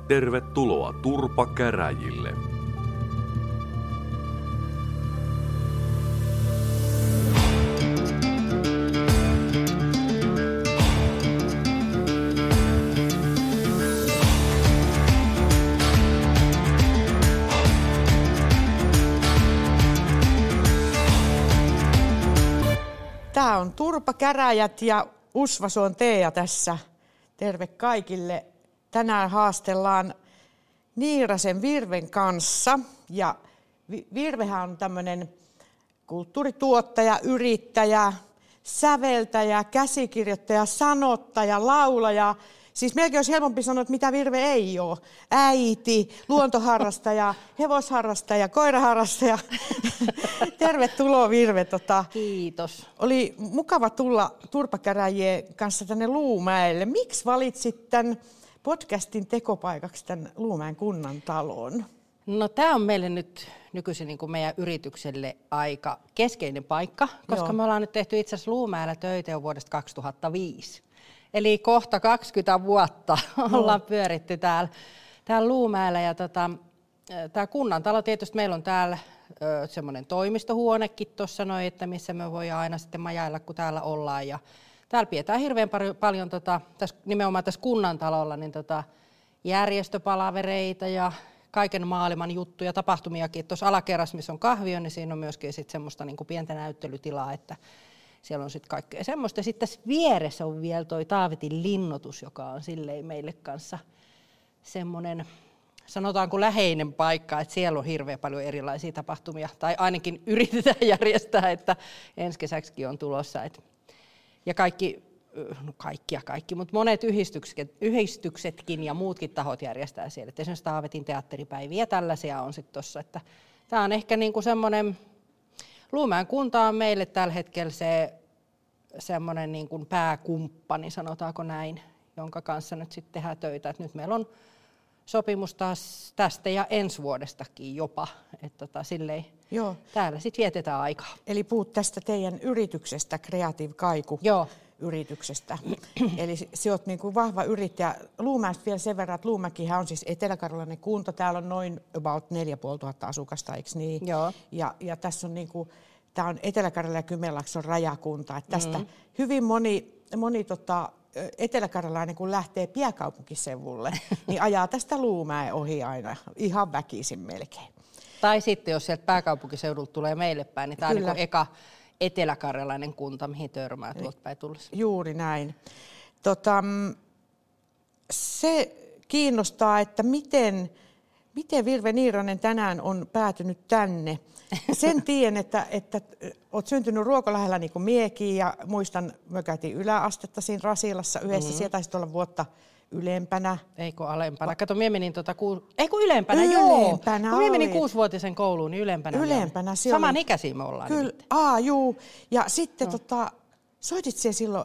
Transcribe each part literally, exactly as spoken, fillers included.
Tervetuloa Turpa-käräjille. Tämä on Turpa-käräjät ja Usvason Teija tässä. Terve kaikille. Tänään haastellaan Niirasen Virven kanssa. Ja Virvehän on tämmöinen kulttuurituottaja, yrittäjä, säveltäjä, käsikirjoittaja, sanottaja, laulaja. Siis melkein olisi helpompi sanoa, että mitä Virve ei ole. Äiti, luontoharrastaja, hevosharrastaja, koiraharrastaja. Tervetuloa Virve. Tota, Kiitos. Oli mukava tulla Turpa-käräjien kanssa tänne Luumäelle. Miksi valitsit tämän podcastin tekopaikaksi tämän Luumäen kunnantalon? No tämä on meille nyt nykyisin niin kuin meidän yritykselle aika keskeinen paikka, koska Joo. me ollaan nyt tehty itse asiassa Luumäellä töitä jo vuodesta kaksituhattaviisi. Eli kohta kaksikymmentä vuotta ollaan no. pyöritty täällä, täällä Luumäellä. Ja tota, tämä kunnantalo tietysti meillä on täällä semmoinen toimistohuonekin tuossa noin, että missä me voidaan aina sitten majailla, kun täällä ollaan. Ja täällä pidetään hirveän paljon, paljon tota, tässä, nimenomaan tässä kunnantalolla niin tota, järjestöpalavereita ja kaiken maailman juttuja, tapahtumiakin. Tuossa alakerrassa, missä on kahvio, niin siinä on myöskin sit semmoista niin kuin pientä näyttelytilaa, että siellä on sitten kaikkea semmoista. Ja sitten tässä vieressä on vielä toi Taavetin linnoitus, joka on silleen meille kanssa semmoinen, sanotaanko läheinen paikka, että siellä on hirveän paljon erilaisia tapahtumia. Tai ainakin yritetään järjestää, että ensi kesäksikin on tulossa. Et, ja kaikki, no kaikki ja kaikki, mutta monet yhdistykset, yhdistyksetkin ja muutkin tahot järjestää siellä. Et esimerkiksi Taavetin teatteripäiviä ja tällaisia on sitten tuossa. Tämä on ehkä niinku semmoinen, Luumäen kunta on meille tällä hetkellä se semmoinen niin kuin pääkumppani, sanotaanko näin, jonka kanssa nyt sitten tehdään töitä. Et nyt meillä on sopimus taas tästä ja ensi vuodestakin jopa, että tota, silleen Joo. täällä sitten vietetään aikaa. Eli puhut tästä teidän yrityksestä, Creative Kaiku. Joo. Yrityksestä. Eli se oot niin kuin vahva yrittäjä. Luumäestä vielä sen verran, että Luumäkihän on siis eteläkarjalainen kunta. Täällä on noin about neljä tuhatta viisisataa asukasta, eikö niin? Joo. Ja, ja tässä on niin kuin, tämä on Etelä-Karjala ja Kymenlaakson rajakunta. Että tästä mm. hyvin moni, moni tota, eteläkarjalainen, kun lähtee pääkaupunkiseudulle, niin ajaa tästä Luumäen ohi aina ihan väkisin melkein. Tai sitten, jos sieltä pääkaupunkiseudulta tulee meille päin, niin tämä on niin kuin eka eteläkarjalainen kunta, mihin törmää tuolta päin tullessa. Juuri näin. Tota, se kiinnostaa, että miten, miten Virve Niiranen tänään on päätynyt tänne. Sen tiedän, että, että olet syntynyt Ruokolähdellä niin kuin miekin ja muistan, me käytiin yläastetta siinä Rasilassa yhdessä. Mm-hmm. Sieltä taisit olla vuotta ylempänä. Eikö alempana? Kato, minä menin tuota ku... Eikö ylempänä? Ylempänä joo. Kun minä menin kuusivuotisen kouluun, niin ylempänä. Ylempänä. Saman ikäisiä me ollaan. Kyllä, aa, juu. Ja sitten no. tota, soitit siellä silloin?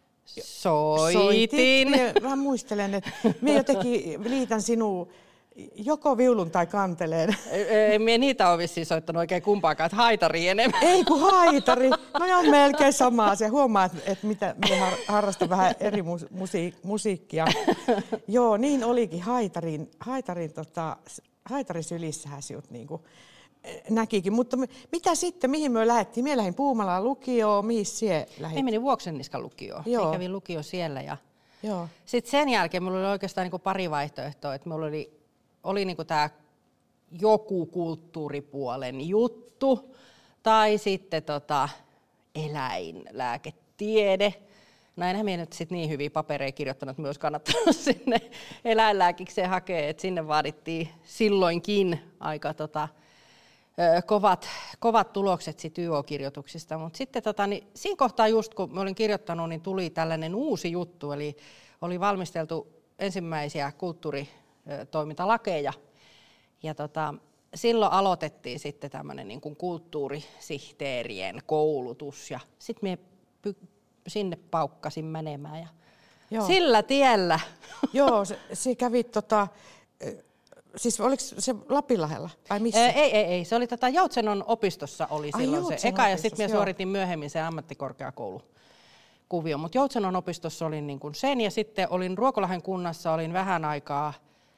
Soitin. Soitit. Mä muistelen, että minä jotenkin liitän sinuun joko viulun tai kanteleen. Ei minä niitä ole vissiin soittanut oikein kumpaakaan, että haitari enemmän. Ei kun haitari. No on melkein sama asia. Huomaa, että, että mitä minä harrastan vähän eri musi- musiikkia. Joo, niin olikin haitarin, haitarin, tota, haitarin sylissähän sinut niin kuin näkikin. Mutta me, mitä sitten, mihin me lähdettiin? Minä lähdin Puumalaan lukioon, mihin sinä lähdit? Minä menin Vuoksenniskan lukioon. Minä kävin lukio siellä. Ja Joo. Sitten sen jälkeen minulla oli oikeastaan niin kuin pari vaihtoehtoa. Että minulla oli Oli niinku tämä joku kulttuuripuolen juttu tai sitten tota eläinlääketiede. No enhän minä nyt sit niin hyviä papereja kirjoittanut, että myös kannattanut sinne eläinlääkikseen hakea. Et sinne vaadittiin silloinkin aika tota, kovat, kovat tulokset sit Y O-kirjoituksista. Mutta sitten tota, niin siinä kohtaa just kun mä olin kirjoittanut, niin tuli tällainen uusi juttu. Eli oli valmisteltu ensimmäisiä kulttuuritoimintalakeja. Ja tota, silloin aloitettiin sitten tämmöinen niin kuin kulttuurisihteerien koulutus. Ja sitten minä py- sinne paukkasin menemään. Ja Joo. Sillä tiellä. Joo, se, se kävi tota... Siis oliko se Lapinlahdella vai missä? Ei, ei, ei. Se oli tätä Joutsenon opistossa oli Ai, silloin se eka ja sitten minä suoritin myöhemmin se ammattikorkeakoulukuvio. Mutta Joutsenon opistossa olin niin kuin sen ja sitten olin Ruokolahden kunnassa, olin vähän aikaa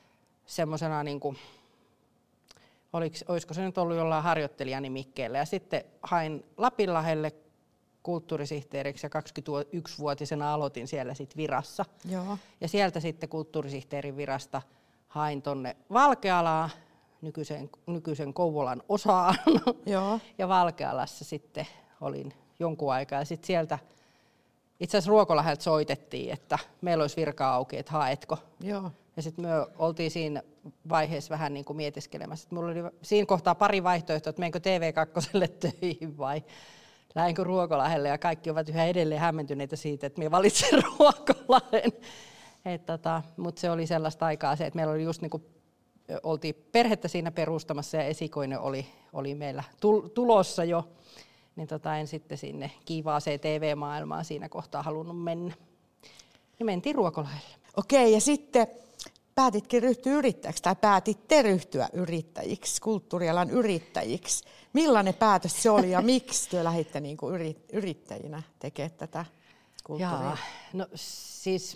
semmoisena, niin kuin, olisiko se nyt ollut jollain harjoittelijanimikkeellä. Ja sitten hain Lapinlahdelle kulttuurisihteeriksi ja kaksikymmentäyksivuotisena aloitin siellä sit virassa. Joo. Ja sieltä sitten kulttuurisihteerin virasta hain tonne Valkealaan, nykyisen, nykyisen Kouvolan osaan. Joo. Ja Valkealassa sitten olin jonkun aikaa. Ja sitten sieltä itse asiassa Ruokolahdelta soitettiin, että meillä olisi virka auki, että haetko. Joo. Ja sitten me oltiin siinä vaiheessa vähän niin kuin mietiskelemässä. Mulla oli siinä kohtaa pari vaihtoehtoa, että menenkö T V kaksi töihin vai lähdenkö Ruokolahdelle. Ja kaikki ovat yhä edelleen hämmentyneitä siitä, että minä valitsen Ruokolahden. Tota, mutta se oli sellaista aikaa se, että meillä oli just niin kuin, oltiin perhettä siinä perustamassa ja esikoinen oli, oli meillä tulossa jo. Niin tota, en sitten sinne kiivaaseen T V-maailmaan siinä kohtaa halunnut mennä. Ja mentiin Ruokolahdelle. Okei, ja sitten päätitkin ryhtyä yrittäjäksi, tai päätitte ryhtyä yrittäjiksi, kulttuurialan yrittäjiksi. Millainen päätös se oli ja miksi te lähditte niin kuin yrittäjinä tekemään tätä kulttuuria? Jaa, no siis,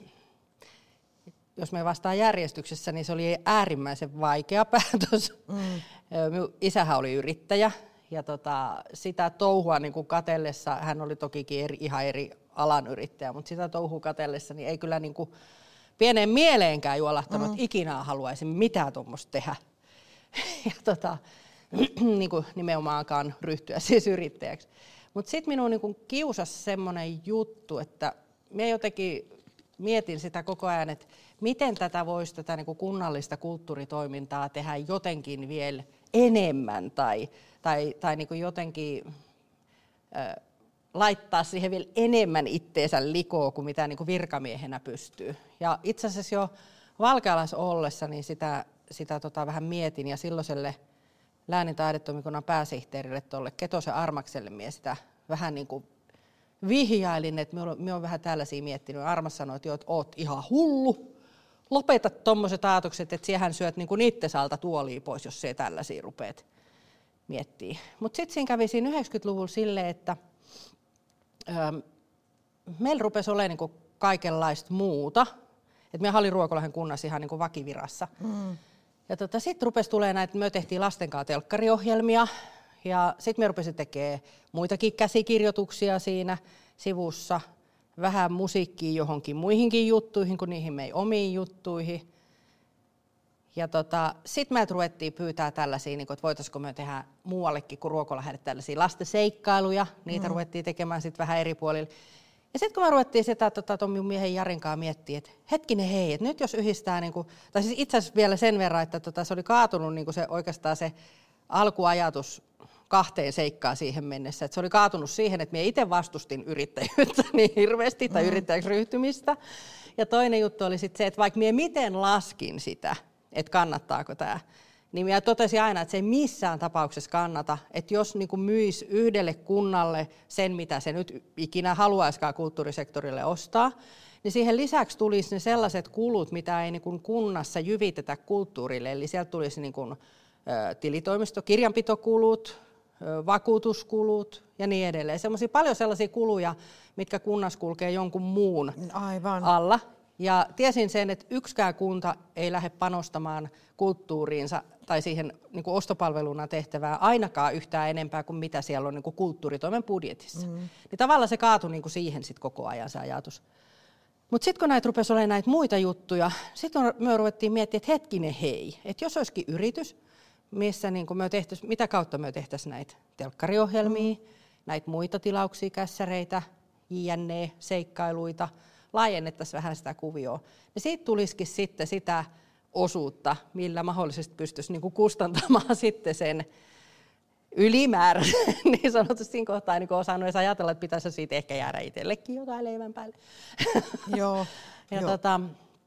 jos me vastaan järjestyksessä, niin se oli äärimmäisen vaikea päätös. Mm. Minun isähän oli yrittäjä ja tota, sitä touhua niin kuin katellessa, hän oli tokikin eri, ihan eri alan yrittäjä, mutta sitä touhua katellessa niin ei kyllä niin kuin pieneen mieleenkään juolahtanut, mm. että ikinä haluaisin mitään tuommoista tehdä. Ja tota, niin kuin nimenomaankaan ryhtyä siis yrittäjäksi. Mutta sitten minun niin kuin kiusasi semmoinen juttu, että minä jotenkin mietin sitä koko ajan, että miten tätä voisi tätä niin kuin kunnallista kulttuuritoimintaa tehdä jotenkin vielä enemmän tai, tai, tai niin kuin jotenkin äh, laittaa siihen vielä enemmän itteensä likoon kuin mitä niin kuin virkamiehenä pystyy. Ja itse asiassa jo Valkealassa ollessa niin sitä, sitä tota vähän mietin ja silloiselle läänin taidetoimikunnan pääsihteerille tuolle Ketosen Armakselle mie sitä vähän niin kuin vihjailin, että minä olen vähän tällaisia miettinyt. Armas sanoi, että olet ihan hullu. Lopeta tuommoiset ajatukset, että siehän syöt niin kuin itse alta tuolia pois, jos ei tällaisia rupeat miettimään. Mutta sitten siinä kävi siinä yhdeksänkymmentäluvulla silleen, että ähm, meillä rupesi olemaan niin kuin kaikenlaista muuta. Et me olin Ruokolahden kunnassa ihan niin kuin vakivirassa. Mm. Ja tota, sitten rupesi tulemaan näitä, me tehtiin lasten kanssa telkkariohjelmia. Ja sitten me rupesin tekemään muitakin käsikirjoituksia siinä sivussa. Vähän musiikkia johonkin muihinkin juttuihin kuin niihin meidän omiin juttuihin. Ja tota, sitten me ruvettiin pyytää tällaisia, niin kun, että voitaisiko me tehdä muuallekin kuin Ruokolahdelle tällaisia lastenseikkailuja. Niitä mm. ruvettiin tekemään sitten vähän eri puolilla. Ja sitten kun me ruvettiin sitä tota, ton minun miehen Jarin kanssa miettimään, että hetkinen hei, että nyt jos yhdistää, niin kuin, tai siis itse asiassa vielä sen verran, että tota, se oli kaatunut niin kuin se, oikeastaan se alkuajatus kahteen seikkaan siihen mennessä. Että se oli kaatunut siihen, että minä itse vastustin yrittäjyyttä niin hirveästi tai mm. yrittäjäksi ryhtymistä. Ja toinen juttu oli sitten se, että vaikka minä miten laskin sitä, että kannattaako tämä, niin minä totesin aina, että se ei missään tapauksessa kannata, että jos niin kuin myisi yhdelle kunnalle sen, mitä se nyt ikinä haluaisikaan kulttuurisektorille ostaa, niin siihen lisäksi tulisi ne sellaiset kulut, mitä ei niin kuin kunnassa jyvitetä kulttuurille. Eli sieltä tulisi niin kuin, ä, tilitoimisto, kirjanpitokulut, ä, vakuutuskulut ja niin edelleen. Semmoisia paljon sellaisia kuluja, mitkä kunnassa kulkee jonkun muun Aivan. alla. Ja tiesin sen, että yksikään kunta ei lähde panostamaan kulttuuriinsa tai siihen niin kuin ostopalveluna tehtävää ainakaan yhtään enempää kuin mitä siellä on niin kuin kulttuuritoimen budjetissa. Mm. Niin tavallaan se kaatui niin kuin siihen sit koko ajan se ajatus. Mutta sitten kun näitä rupesi olemaan näitä muita juttuja, sitten me ruvettiin miettimään, että hetkinen hei, että jos olisikin yritys, missä niin kuin me mitä kautta me tehtäisiin näitä telkkariohjelmia, mm. näitä muita tilauksia, kässäreitä, jne, seikkailuita, laajennettaisiin vähän sitä kuvioa. Ja siitä tulisikin sitten sitä osuutta, millä mahdollisesti pystyisi niin kuin kustantamaan sitten sen ylimääräisen, niin sanotusti siinä kohtaa niin osannut edes ajatella, että pitäisi siitä ehkä jäädä itsellekin jotain leivän päälle. Joo. ja jo. Tota,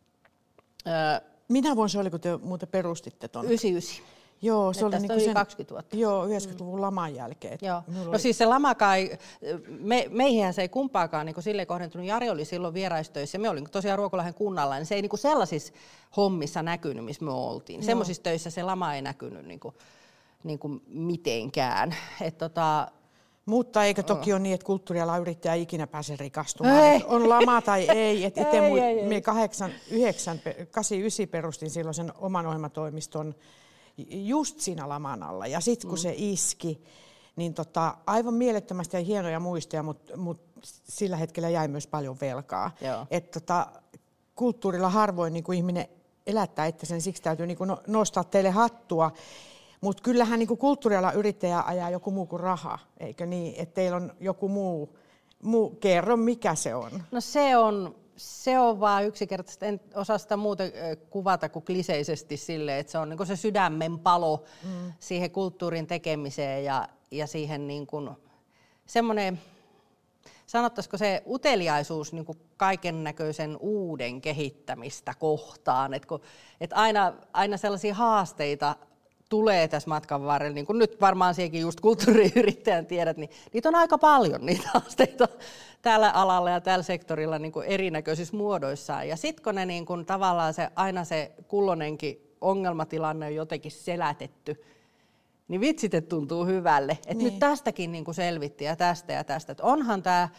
ö, Minä vuonna se oli, kun te muuten perustitte tuon? yhdeksänkymmentäyhdeksän. Joo, se oli, niinku sen, kaksikymmentä vuotta. Joo, yhdeksänkymmentäluvun laman jälkeen. Joo. No oli... siis se lama kai, me, meihinhän se ei kumpaakaan niin silleen kohdentunut. Jari oli silloin vieraistöissä ja me olin tosiaan Ruokolahden kunnalla, niin se ei niin kuin sellaisissa hommissa näkynyt, missä me oltiin. Semmoisissa töissä se lama ei näkynyt niin kuin, niin kuin mitenkään. Et tota, Mutta eikö toki ole niin, että kulttuurialan yrittäjä ei ikinä pääse rikastumaan? On lama tai ei. Et itse ei, ei, ei. Me kahdeksankymmentäyhdeksän, kahdeksankymmentäyhdeksän perustin silloin sen oman ohjelmatoimiston just siinä laman alla. Ja sitten kun mm. se iski, niin tota, aivan mielettömästi ja hienoja muistoja, mutta mut sillä hetkellä jäi myös paljon velkaa. Et tota, kulttuurilla harvoin niin kuin ihminen elättää itsensä, siksi täytyy niin kuin nostaa teille hattua. Mutta kyllähän niin kuin kulttuurialan yrittäjä ajaa joku muu kuin raha, eikö niin? Että teillä on joku muu, muu, kerro mikä se on. No se on, se on vaan yksinkertaisesti, en osaa sitä muuten kuvata kuin kliseisesti silleen, että se on niin kuin se sydämen palo mm. siihen kulttuurin tekemiseen ja, ja siihen niin kuin semmoinen, sanottaisiko se uteliaisuus niin kuin kaiken näköisen uuden kehittämistä kohtaan, että et aina, aina sellaisia haasteita tulee tässä matkan varrella, niin kuin nyt varmaan sinäkin just kulttuuriyrittäjän tiedät, niin niitä on aika paljon niitä haasteita tällä alalla ja tällä sektorilla niin kuin erinäköisissä muodoissaan. Ja sitten kun ne niin kuin, tavallaan se, aina se kullonenkin ongelmatilanne on jotenkin selätetty, niin vitsit, että tuntuu hyvälle. Että niin. Nyt tästäkin niin kuin selvittiin ja tästä ja tästä. Että onhan tämä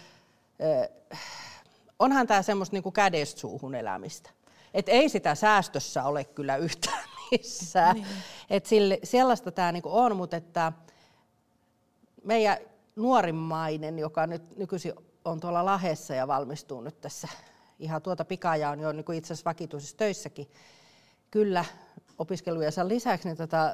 onhan tämä semmoista niin kuin kädestä suuhun elämistä. Että ei sitä säästössä ole kyllä yhtään missään. Niin. Että sille, sellaista tämä niin kuin on, mutta että meidän nuorimmainen, joka nyt nykyisin on tuolla Lahdessa ja valmistuu nyt tässä ihan tuota pikaa ja on jo niin kuin itse asiassa vakituisissa töissäkin, kyllä opiskelujensa lisäksi, niin tota,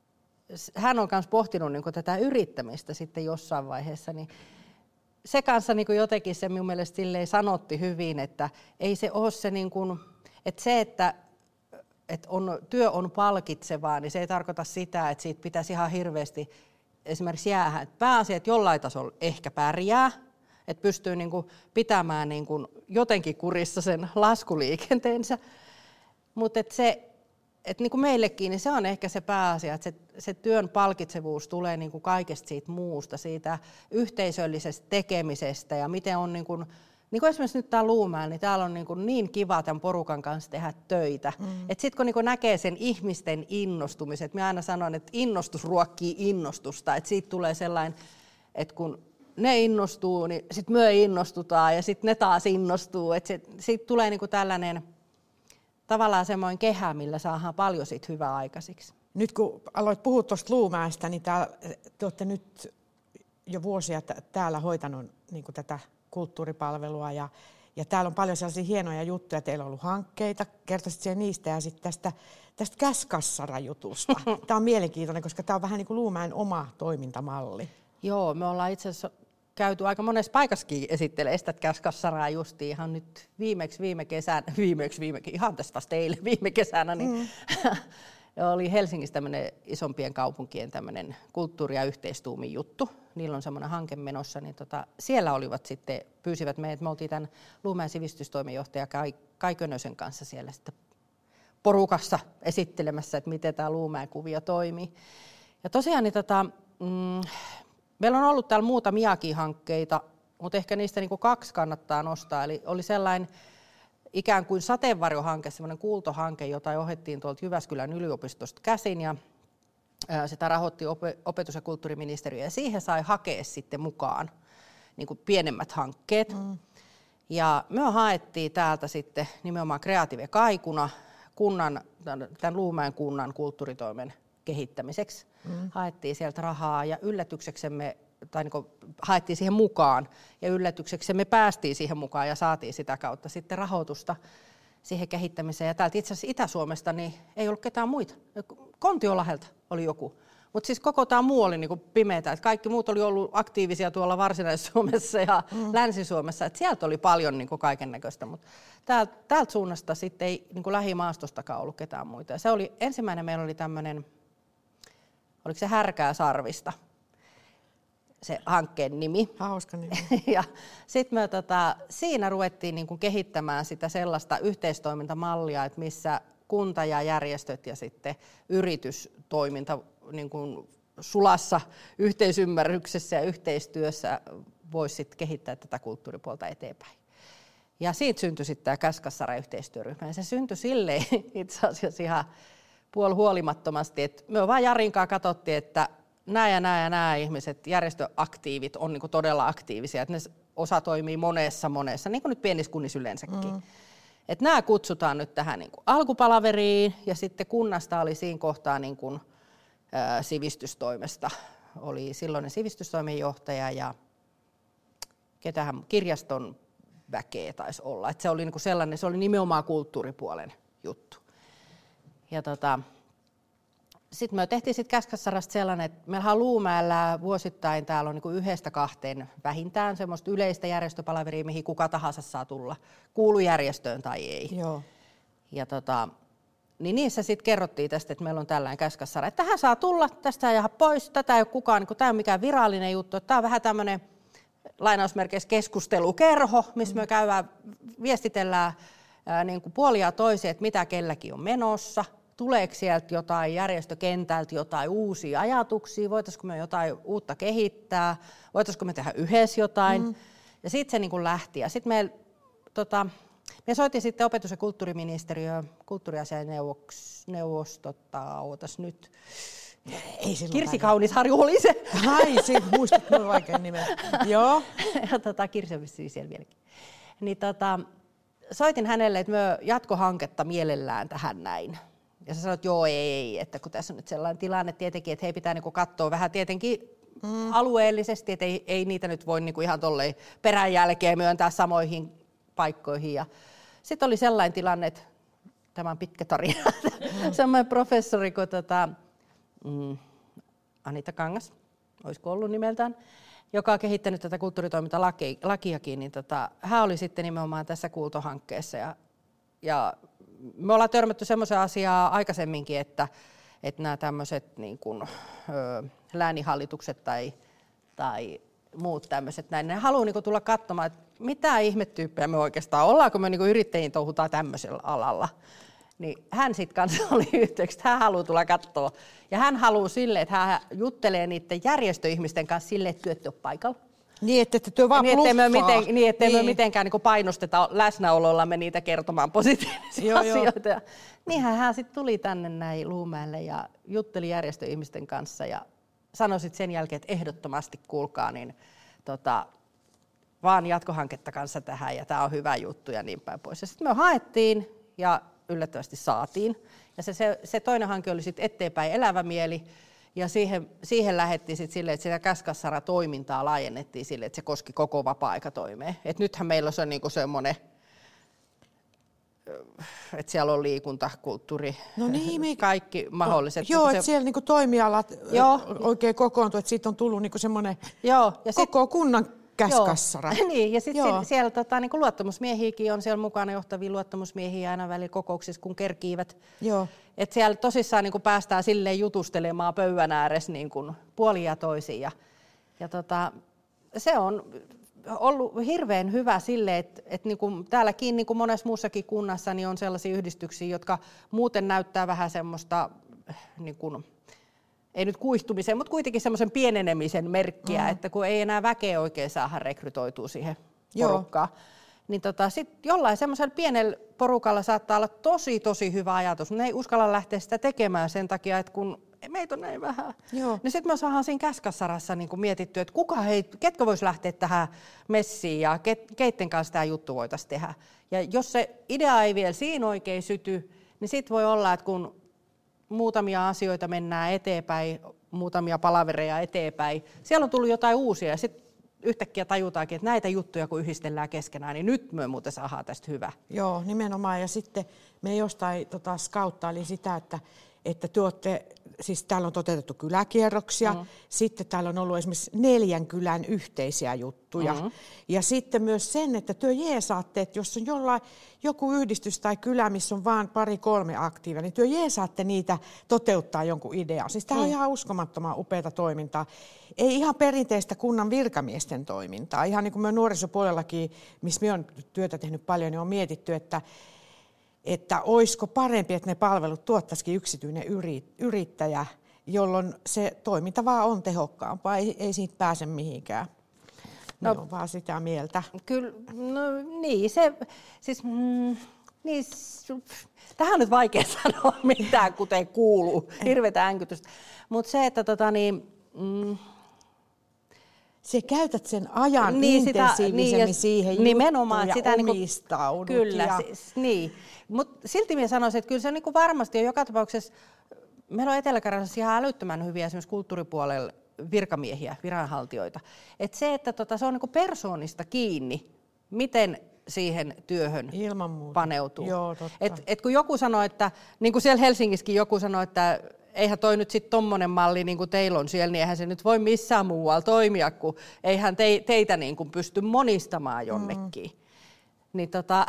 hän on myös pohtinut niin kuin tätä yrittämistä sitten jossain vaiheessa, niin se kanssa niin kuin jotenkin se minun mielestä silleen sanotti hyvin, että ei se ole se, niin kuin, että, se että, että on, työ on palkitsevaa, niin se ei tarkoita sitä, että siitä pitäisi ihan hirveästi esimerkiksi jäädä. Että pääasia, että jollain tasolla ehkä pärjää, että pystyy niin kuin pitämään niin kuin jotenkin kurissa sen laskuliikenteensä, mutta että se, että niin kuin meillekin, niin se on ehkä se pääasia, että se, se työn palkitsevuus tulee niin kuin kaikesta siitä muusta, siitä yhteisöllisestä tekemisestä ja miten on, niin kuin, niin kuin esimerkiksi nyt täällä Luumäellä, niin täällä on niin, kuin niin kiva tämän porukan kanssa tehdä töitä. Mm. Että sitten kun niin kuin näkee sen ihmisten innostumisen, että minä aina sanon, että innostus ruokkii innostusta, että siitä tulee sellainen, että kun ne innostuu, niin sitten me innostutaan ja sitten ne taas innostuu, että se, siitä tulee niin kuin tällainen tavallaan semmoinen kehä, millä saadaan paljon sit hyvää aikaisiksi. Nyt kun aloit puhua tuosta Luumäestä, niin täällä, te olette nyt jo vuosia t- täällä hoitanut niin kuin tätä kulttuuripalvelua ja, ja täällä on paljon sellaisia hienoja juttuja. Teillä on ollut hankkeita, kertoisit niistä ja sitten tästä, tästä Käsikassara-jutusta. Tämä on mielenkiintoinen, koska tämä on vähän niin kuin Luumäen oma toimintamalli. Joo, me ollaan itse asiassa käyty aika monessa paikassakin esittelee sitä Käskassaraa justiin ihan nyt viimeksi viime kesänä, viimeksi viime, ihan tästä vasta eilen viime kesänä, niin mm. oli Helsingissä tämmöinen isompien kaupunkien tämmöinen kulttuuri- ja yhteistuumin juttu. Niillä on semmoinen hanke menossa, niin tota, siellä olivat sitten, pyysivät meidät, me oltiin tämän Luumäen sivistystoimenjohtaja Kai, Kai Könösen kanssa siellä sitten porukassa esittelemässä, että miten tämä Luumäen kuvio toimii. Ja tosiaan niin tota, mm, meillä on ollut täällä muutamiakin hankkeita, mutta ehkä niistä niin kuin kaksi kannattaa nostaa. Eli oli sellainen ikään kuin sateenvarjohanke, semmoinen kuultohanke, jota johdettiin tuolta Jyväskylän yliopistosta käsin. Ja sitä rahoitti opetus- ja kulttuuriministeriö ja siihen sai hakea sitten mukaan niin kuin pienemmät hankkeet. Mm. Ja me haettiin täältä sitten nimenomaan Kreatiive Kaikuna kunnan, tämän Luumäen kunnan kulttuuritoimen kehittämiseksi. Mm. Haettiin sieltä rahaa ja yllätykseksemme, tai niin kuin haettiin siihen mukaan ja yllätykseksemme päästiin siihen mukaan ja saatiin sitä kautta sitten rahoitusta siihen kehittämiseen. Ja täältä itse asiassa Itä-Suomesta niin ei ollut ketään muita. Kontiolahelta oli joku, mutta siis koko tämä muu oli niin kuin pimeätä. Että kaikki muut oli ollut aktiivisia tuolla Varsinais-Suomessa ja mm. Länsi-Suomessa. Että sieltä oli paljon niin kuin kaiken näköistä, mutta täältä, täältä suunnasta sitten ei niin kuin lähimaastostakaan ollut ketään muita. Ja se oli, ensimmäinen meillä oli tämmöinen, oliko se Härkää Sarvista, se hankkeen nimi. Hauska nimi. Ja sitten me tota, siinä ruvettiin niin kuin kehittämään sitä sellaista yhteistoimintamallia, että missä kunta ja järjestöt ja sitten yritystoiminta niin kuin sulassa yhteisymmärryksessä ja yhteistyössä voisi sitten kehittää tätä kulttuuripuolta eteenpäin. Ja siitä syntyi sitten tämä Käsikassara-yhteistyöryhmä. Ja se syntyi silleen itse asiassa ihan puolihuolimattomasti, että me vaan Jarinkaan katsottiin, että nämä ja nämä ja nämä ihmiset, järjestöaktiivit on niin kuin todella aktiivisia, että ne osa toimii monessa monessa, niin kuin nyt pienissä kunnissa yleensäkin. Mm. Että nämä kutsutaan nyt tähän niin kuin alkupalaveriin ja sitten kunnasta oli siinä kohtaa niin kuin, ä, sivistystoimesta. Oli silloinen sivistystoimenjohtaja ja ketähän kirjaston väkeä taisi olla. Että se oli niin kuin sellainen, se oli nimenomaan kulttuuripuolen juttu. Ja tota, sitten me tehtiin sit Käskässarasta sellainen, että meillä on Luumäellä vuosittain täällä on niinku yhdestä kahteen vähintään semmoista yleistä järjestöpalaveria, mihin kuka tahansa saa tulla, kuulu järjestöön tai ei. Joo. Ja tota, niin niissä sitten kerrottiin tästä, että meillä on tällainen Käskässara, että tähän saa tulla, tästä ei jää pois, tätä ei ole kukaan, niin tämä ei ole mikään virallinen juttu, että tämä on vähän tämmöinen lainausmerkeissä keskustelukerho, missä me käydään, viestitellään ää, niin kuin puolia toisia, että mitä kelläkin on menossa. Tuleeko sieltä jotain järjestökentältä jotain uusia ajatuksia, voitaisiko me jotain uutta kehittää, voitaisiko me tehdä yhdessä jotain. Mm. Ja sitten se niin kuin lähti. Ja sitten me, tota, me soitin sitten opetus- ja kulttuuriministeriö, kulttuuriasiaineuvosto, ootas nyt, Ei Kirsi Kaunisharju oli se. Ai, se muistat minulle vaikean nimen. Joo. Ja tota, Kirsi on vissiin siellä vieläkin. Niin tota, soitin hänelle, että me jatkohanketta mielellään tähän näin. Ja sä sanoit, että joo, ei, että kun tässä on nyt sellainen tilanne tietenkin, että he pitää niinku katsoa vähän tietenkin mm. alueellisesti, että ei, ei niitä nyt voi niinku ihan tolleen perän jälkeen myöntää samoihin paikkoihin. Ja sitten oli sellainen tilanne, että tämä on pitkä tarina, mm. semmoinen professori kuin tota, mm, Anita Kangas, olisiko ollut nimeltään, joka on kehittänyt tätä kulttuuritoimintalakiakin, niin tota, hän oli sitten nimenomaan tässä kuultohankkeessa. Ja, ja me ollaan törmätty semmoisen asiaan aikaisemminkin, että, että nämä tämmöiset niin kuin, ö, lääninhallitukset tai, tai muut tämmöiset, näin, ne haluaa niin kuin tulla katsomaan, että mitä ihmetyyppejä me oikeastaan, ollaanko me niin kuin yrittäjiin touhutaan tämmöisellä alalla. Niin hän sitten kanssa oli yhteyksissä, että hän haluaa tulla katsoa. Ja hän haluaa sille, että hän juttelee niiden järjestöihmisten kanssa sille, että työt ole paikalla. Niin, että työ vaan niin, ettei me, miten, niin, ettei niin. me mitenkään niin painosteta läsnäolollamme niitä kertomaan positiivisia joo, asioita. Jo. Niinhän hän sitten tuli tänne näin Luumäelle ja jutteli järjestöihmisten kanssa ja sanoi sitten sen jälkeen, että ehdottomasti kuulkaa, niin tota, vaan jatkohanketta kanssa tähän ja tämä on hyvä juttu ja niin päin pois. Ja sitten me haettiin ja yllättävästi saatiin. Ja se, se, se toinen hanke oli sitten eteenpäin elävä mieli. Ja siihen, siihen lähdettiin sitten silleen, että sitä Käskässara-toimintaa laajennettiin silleen, että se koski koko vapaa-aikatoimea. Et nythän meillä on niinku semmoinen, että siellä on liikunta, kulttuuri, no niin, me... kaikki mahdolliset. Joo, se... että siellä niinku toimialat joo. oikein kokoontuu, että siitä on tullut niinku semmoinen koko sit... kunnan Käskässara. Niin, ja sitten siellä, siellä tota, niin luottamusmiehiäkin on siellä mukana, johtavia luottamusmiehiä aina välillä kokouksissa, kun kerkiivät. Joo. Että siellä tosissaan niin kuin päästään silleen jutustelemaan pöydän ääressä niin kuin puolin ja toisin. Ja, ja tota, se on ollut hirveän hyvä silleen, että, että niin kuin täälläkin niin kuin monessa muussakin kunnassa niin on sellaisia yhdistyksiä, jotka muuten näyttää vähän semmoista, niin kuin, ei nyt kuihtumisen, mutta kuitenkin semmoisen pienenemisen merkkiä, mm. että kun ei enää väkeä oikein saada rekrytoitua siihen porukkaan. Niin tota, sitten jollain semmoisella pienellä porukalla saattaa olla tosi, tosi hyvä ajatus, mutta ne ei uskalla lähteä sitä tekemään sen takia, että kun meitä on näin vähän. Joo. Niin sitten me saadaan siinä Käskässarassa niin mietitty, että kuka hei, ketkä vois lähteä tähän messiin ja ket, keitten kanssa tämä juttu voitaisiin tehdä. Ja jos se idea ei vielä siinä oikein syty, niin sitten voi olla, että kun muutamia asioita mennään eteenpäin, muutamia palavereja eteenpäin, siellä on tullut jotain uusia ja sitten yhtäkkiä tajutaankin, että näitä juttuja kun yhdistellään keskenään, niin nyt me muuten saadaan tästä hyvä. Joo, nimenomaan. Ja sitten me jostain tota, skauttaili sitä, että, että te olette, siis täällä on toteutettu kyläkierroksia, mm. sitten täällä on ollut esimerkiksi neljän kylän yhteisiä juttuja. Mm. Ja sitten myös sen, että te jeesaatte, että jos on jollain, joku yhdistys tai kylä, missä on vain pari kolme aktiivia, niin te jeesaatte niitä toteuttaa jonkun idean. Siis tämä on mm. ihan uskomattoman upeata toimintaa. Ei ihan perinteistä kunnan virkamiesten toimintaa. Ihan niin kuin me nuorisopuolellakin, missä me on työtä tehnyt paljon, niin on mietitty, että että olisiko parempi, että ne palvelut tuottaisikin yksityinen yrittäjä, jolloin se toiminta vaan on tehokkaampaa, ei, ei siitä pääse mihinkään. No, on vaan sitä mieltä. Kyllä, no niin, se, siis, mm, niin, tähän on nyt vaikea sanoa mitään, kuten kuuluu, hirveätä änkytystä. Mutta se, että tota, niin, Mm. Se käytät sen ajan niin, intensiivisemmin sitä, niin, siihen nimenomaan, juttuun ja sitä omistaudut. Niin kyllä, ja... siis, niin. Mutta silti minä sanoisin, että kyllä se niin varmasti on joka tapauksessa, meillä on Etelä-Karjalassa ihan älyttömän hyviä esimerkiksi kulttuuripuolella virkamiehiä, viranhaltijoita. Et se, että tota, se on niin persoonista kiinni, miten siihen työhön paneutuu. Joo, et, et kun joku sanoo, että niin kuin siellä Helsingissäkin joku sanoo, että eihän toi nyt sitten tommonen malli niin kuin teillä on siellä, niin eihän se nyt voi missään muualla toimia, kun eihän te, teitä niin kuin pysty monistamaan jonnekin. Mm. Niin, tota,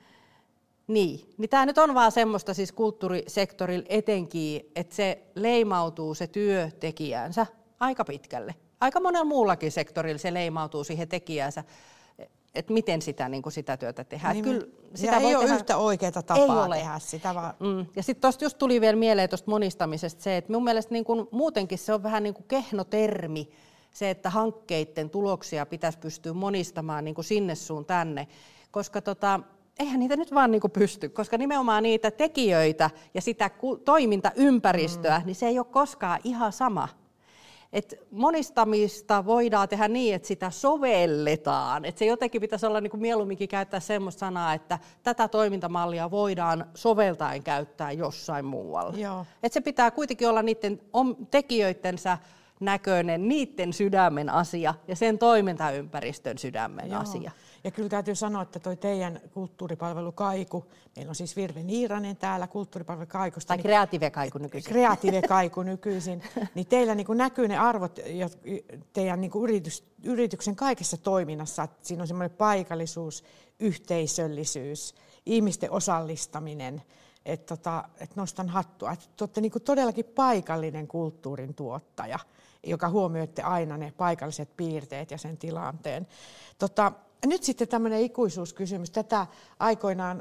niin. niin tämä nyt on vaan semmoista siis kulttuurisektorilla etenkin, että se leimautuu se työtekijänsä aika pitkälle. Aika monella muullakin sektorilla se leimautuu siihen tekijänsä, että miten sitä, niin kuin sitä työtä tehdään. Niin, kyllä sitä ei voi ole tehdä, yhtä oikeaa tapaa tehdä sitä. Vaan... Mm. Ja sitten tuosta just tuli vielä mieleen tuosta monistamisesta se, että mun mielestä niin kuin, muutenkin se on vähän niin kuin kehno termi, se, että hankkeiden tuloksia pitäisi pystyä monistamaan niin kuin sinne sun tänne, koska tota, eihän niitä nyt vaan niin kuin pysty, koska nimenomaan niitä tekijöitä ja sitä toimintaympäristöä, mm. niin se ei ole koskaan ihan sama. Et monistamista voidaan tehdä niin, että sitä sovelletaan. Et se jotenkin pitäisi olla niin kuin mieluumminkin käyttää semmoista sanaa, että tätä toimintamallia voidaan soveltaen käyttää jossain muualla. Et se pitää kuitenkin olla niiden tekijöidensä näköinen, niiden sydämen asia ja sen toimintaympäristön sydämen Joo. asia. Ja kyllä täytyy sanoa, että toi teidän kulttuuripalvelu Kaiku, meillä on siis Virve Niiranen täällä kulttuuripalvelu Kaikusta. Tai niin, Kreative Kaiku nykyisin. Kreative Kaiku nykyisin. Niin teillä niin kuin näkyy ne arvot teidän niin kuin yritys, yrityksen kaikessa toiminnassa. Että siinä on semmoinen paikallisuus, yhteisöllisyys, ihmisten osallistaminen. Että tota, et nostan hattua. Että te olette niin kuin todellakin paikallinen kulttuurin tuottaja, joka huomioitte aina ne paikalliset piirteet ja sen tilanteen. Tota, Nyt sitten tämmöinen ikuisuuskysymys. Tätä aikoinaan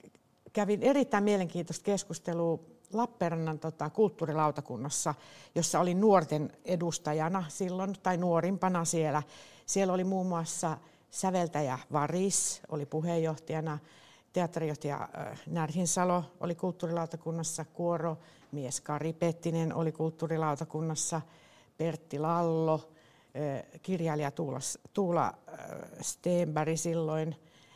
kävin erittäin mielenkiintoista keskustelua Lappeenrannan tota, kulttuurilautakunnassa, jossa olin nuorten edustajana silloin, tai nuorimpana siellä. Siellä oli muun muassa säveltäjä Varis, oli puheenjohtajana, teatterijohtaja Närhinsalo oli kulttuurilautakunnassa, kuoromies Kari Pettinen oli kulttuurilautakunnassa, Pertti Lallo, kirjailija Tuula, Tuula Stenberg silloin.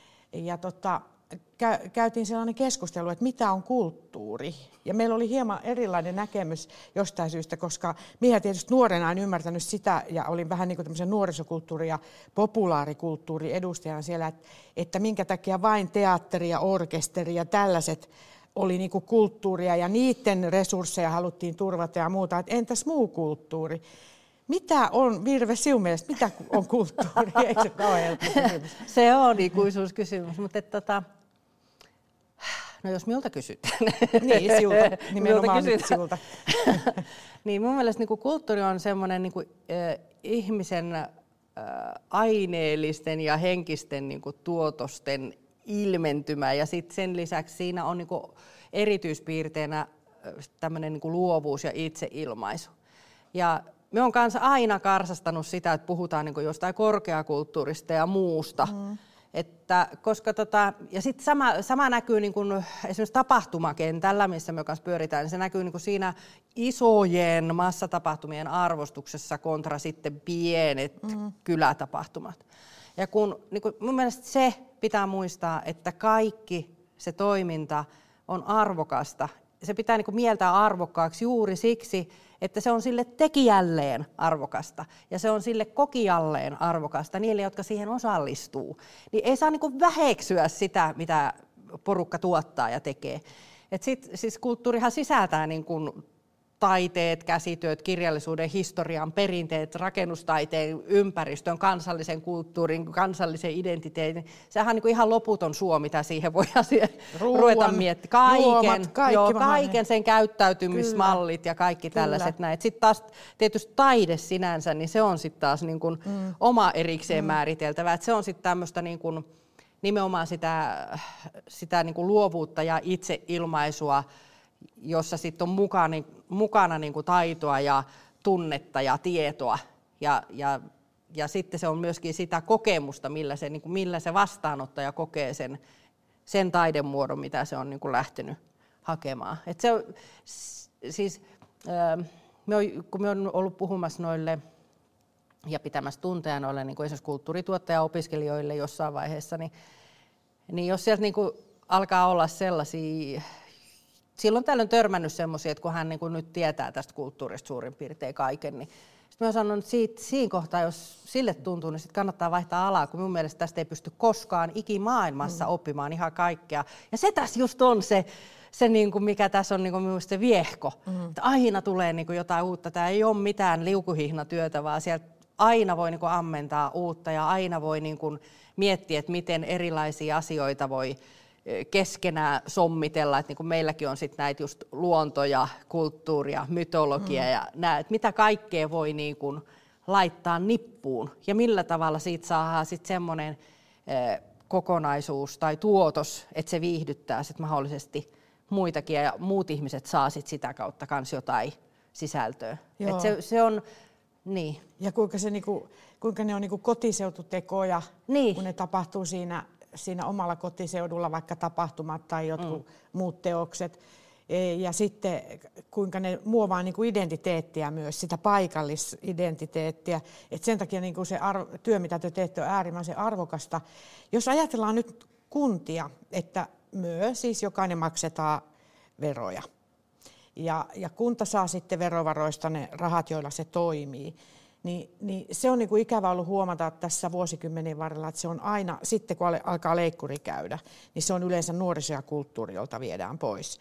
Ja tota, käytiin sellainen keskustelu, että mitä on kulttuuri. Ja meillä oli hieman erilainen näkemys jostain syystä, koska minä tietysti nuorena en ymmärtänyt sitä, ja olin vähän niin kuin tämmöisen nuorisokulttuuri- ja populaarikulttuuri edustajana siellä, että, että minkä takia vain teatteri ja orkesteri ja tällaiset oli niin kuin kulttuuria, ja niiden resursseja haluttiin turvata ja muuta. Että entäs muu kulttuuri? Mitä on, Virve, sinun mielestä, mitä on kulttuuri? Eikö se kauhean kysymys? Se on ikuisuuskysymys, mutta et, tota, no jos minulta kysytään. Niin, sinulta, nimenomaan nyt sinulta. Niin mun mielestä niin kuin kulttuuri on semmoinen niin kuin, äh, ihmisen äh, aineellisten ja henkisten niin kuin, tuotosten ilmentymä, ja sitten sen lisäksi siinä on niin kuin, erityispiirteenä tämmöinen niin kuin luovuus ja itseilmaisu. Ja me on kanssa aina karsastanut sitä, että puhutaan niin kuin jostain korkeakulttuurista ja muusta. Mm. Että, koska tota, ja sitten sama, sama näkyy niin kuin esimerkiksi tapahtumakentällä, missä me kanssa pyöritään, niin se näkyy niin kuin siinä isojen massatapahtumien arvostuksessa kontra sitten pienet mm. kylätapahtumat. Ja kun, niin kuin mun mielestä se pitää muistaa, että kaikki se toiminta on arvokasta. Se pitää niin kuin mieltää arvokkaaksi juuri siksi, että se on sille tekijälleen arvokasta ja se on sille kokijalleen arvokasta, niille, jotka siihen osallistuu. Niin ei saa niin kuin väheksyä sitä, mitä porukka tuottaa ja tekee. Et sit, siis kulttuurihan sisältää niin kuin taiteet, käsityöt, kirjallisuuden, historian, perinteet, rakennustaiteen, ympäristön, kansallisen kulttuurin, kansallisen identiteetin. Sehän on niin kuin ihan loputon suo, mitä siihen voidaan ruveta miettimään. Kaiken, juomat, kaikki joo, kaiken sen käyttäytymismallit Kyllä. ja kaikki tällaiset näin. Sitten taas tietysti taide sinänsä, niin se on sitten taas niin kuin mm. oma erikseen mm. määriteltävä. Et se on sitten tämmöistä niin kuin nimenomaan sitä, sitä niin kuin luovuutta ja itseilmaisua, jossa sitten on mukana, mukana niin kuin taitoa ja tunnetta ja tietoa. Ja, ja, ja sitten se on myöskin sitä kokemusta, millä se, niin kuin, millä se vastaanottaja kokee sen, sen taidemuodon, mitä se on niin kuin lähtenyt hakemaan. Et se, siis, äh, me on, kun me on ollut puhumassa noille ja pitämässä tunteja noille niin kuin esimerkiksi kulttuurituottaja-opiskelijoille jossain vaiheessa, niin, niin jos sieltä niin kuin alkaa olla sellaisia, silloin tällöin törmännyt semmoisia, että kun hän niin kuin nyt tietää tästä kulttuurista suurin piirtein kaiken, niin sitten mä sanon, että siitä, siinä kohtaa, jos sille tuntuu, niin sitten kannattaa vaihtaa alaa, kun mun mielestä tästä ei pysty koskaan ikimaailmassa mm. oppimaan ihan kaikkea. Ja se tässä just on se, se niin kuin mikä tässä on niin kuin minusta se viehko, mm. että aina tulee niin kuin jotain uutta. Tämä ei ole mitään liukuhihnatyötä, vaan sieltä aina voi niin kuin ammentaa uutta ja aina voi niin kuin miettiä, että miten erilaisia asioita voi keskenään sommitella, että niin kuin meilläkin on sit näitä just luontoja, kulttuuria, mytologia mm. ja nää, että mitä kaikkea voi niin kuin laittaa nippuun ja millä tavalla siitä saadaan sitten semmoinen eh, kokonaisuus tai tuotos, että se viihdyttää sit mahdollisesti muitakin ja muut ihmiset saa sit sitä kautta kans jotain sisältöä. Et se, se on, niin. Ja kuinka, se niinku, kuinka ne on niinku kotiseututekoja, niin. kun ne tapahtuu siinä siinä omalla kotiseudulla, vaikka tapahtumat tai jotkut mm. muut teokset. Ja sitten kuinka ne muovaa niin kuin identiteettiä myös, sitä paikallisidentiteettiä. Et sen takia niin kuin se arvo, työ, mitä te teette, on äärimmäisen arvokasta. Jos ajatellaan nyt kuntia, että myös siis jokainen maksetaan veroja. Ja, ja kunta saa sitten verovaroista ne rahat, joilla se toimii. Niin, niin se on niinku ikävä ollut huomata tässä vuosikymmenen varrella, että se on aina, sitten kun alkaa leikkuri käydä, niin se on yleensä nuoriso ja kulttuuri, jolta viedään pois.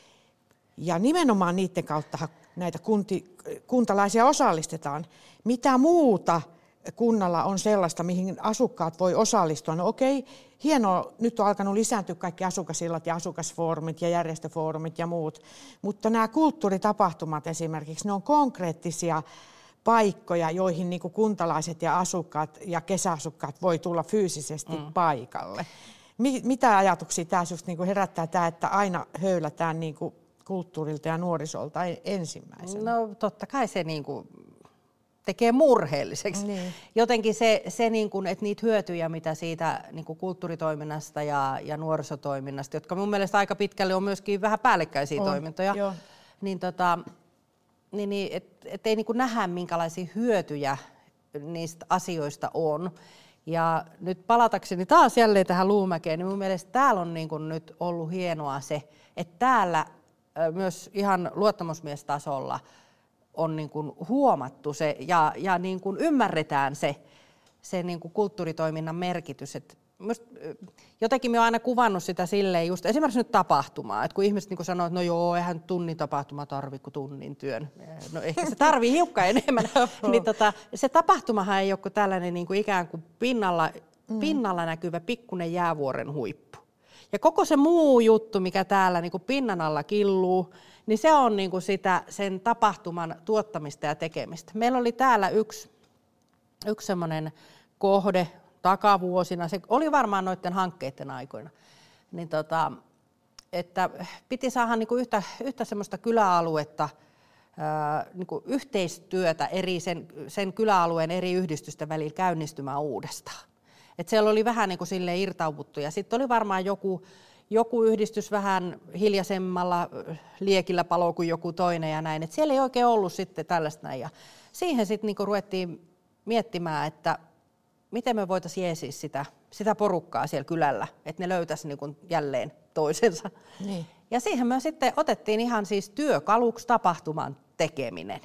Ja nimenomaan niiden kautta näitä kunti, kuntalaisia osallistetaan. Mitä muuta kunnalla on sellaista, mihin asukkaat voi osallistua? No okei, hienoa, nyt on alkanut lisääntyä kaikki asukasillat ja asukasfoorumit ja järjestöfoorumit ja muut, mutta nämä kulttuuritapahtumat esimerkiksi, ne on konkreettisia paikkoja, joihin niin kuin kuntalaiset ja asukkaat ja kesäasukkaat voi tulla fyysisesti mm. paikalle. Mitä ajatuksia tämä just niin kuin herättää tämä, että aina höylätään niin kuin kulttuurilta ja nuorisolta ensimmäisenä? No totta kai se niin kuin tekee murheelliseksi. Niin. Jotenkin se, se niin kuin, että niitä hyötyjä, mitä siitä niin kuin kulttuuritoiminnasta ja, ja nuorisotoiminnasta, jotka mun mielestä aika pitkälle on myöskin vähän päällekkäisiä on, toimintoja, jo. niin tota, Niin, niin, että et ei niin kuin nähdä, minkälaisia hyötyjä niistä asioista on. Ja nyt palatakseni taas jälleen tähän Luumäkeen, niin mun mielestä täällä on niin kuin nyt ollut hienoa se, että täällä myös ihan luottamusmiestasolla on niin kuin huomattu se ja, ja niin kuin ymmärretään se, se niin kuin kulttuuritoiminnan merkitys. Että jotenkin minä olen aina kuvannut sitä silleen, just esimerkiksi nyt tapahtumaa, että kun ihmiset niin sanoo, että no joo, eihän tunnin tapahtuma tarvitse kuin tunnin työn. No ehkä se tarvii hiukka enemmän. niin tota, se tapahtumahan ei ole kuin tällainen niin kuin ikään kuin pinnalla, mm. pinnalla näkyvä pikkunen jäävuoren huippu. Ja koko se muu juttu, mikä täällä niin kuin pinnan alla killuu, niin se on niin kuin sitä, sen tapahtuman tuottamista ja tekemistä. Meillä oli täällä yksi, yksi semmoinen kohde, takavuosina, se oli varmaan noiden hankkeiden aikoina, niin tota, että piti saada niinku yhtä, yhtä semmoista kyläaluetta, ää, niinku yhteistyötä eri sen, sen kyläalueen eri yhdistysten välillä käynnistymään uudestaan. Et siellä oli vähän niinku silleen irtauduttu ja sitten oli varmaan joku, joku yhdistys vähän hiljaisemmalla liekillä palo kuin joku toinen ja näin. Et siellä ei oikein ollut sitten tällaista näin ja siihen sitten niinku ruvettiin miettimään, että miten me voitaisiin jeesiä sitä, sitä porukkaa siellä kylällä, että ne löytäisi niin kuin jälleen toisensa. Niin. Ja siihen me sitten otettiin ihan siis työkaluksi tapahtuman tekeminen.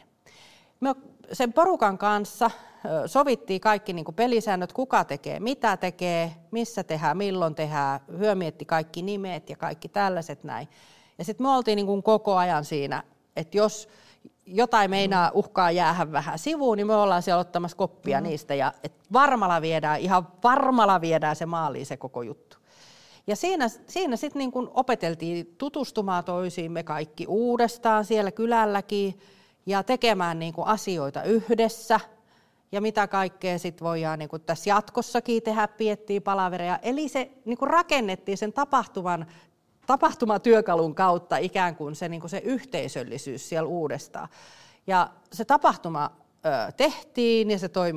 Me sen porukan kanssa sovittiin kaikki niin kuin pelisäännöt, kuka tekee, mitä tekee, missä tehdään, milloin tehdään, hyö mietti kaikki nimet ja kaikki tällaiset näin. Ja sitten me oltiin niin kuin koko ajan siinä, että jos jotain meinaa uhkaa jäädä vähän sivuun, niin me ollaan siellä ottamassa koppia mm. niistä ja et varmalla viedään, ihan varmalla viedään se maaliin se koko juttu. Ja siinä, siinä sitten niin kun opeteltiin tutustumaan toisiimme kaikki uudestaan siellä kylälläkin ja tekemään niin kun asioita yhdessä ja mitä kaikkea sitten voidaan niin kun tässä jatkossakin tehdä, piettiä palavereja. Eli se niin kun rakennettiin sen tapahtuman tapahtumatyökalun kautta ikään kuin se, niin kuin se yhteisöllisyys siellä uudestaan. Ja se tapahtuma ö, tehtiin ja se toimi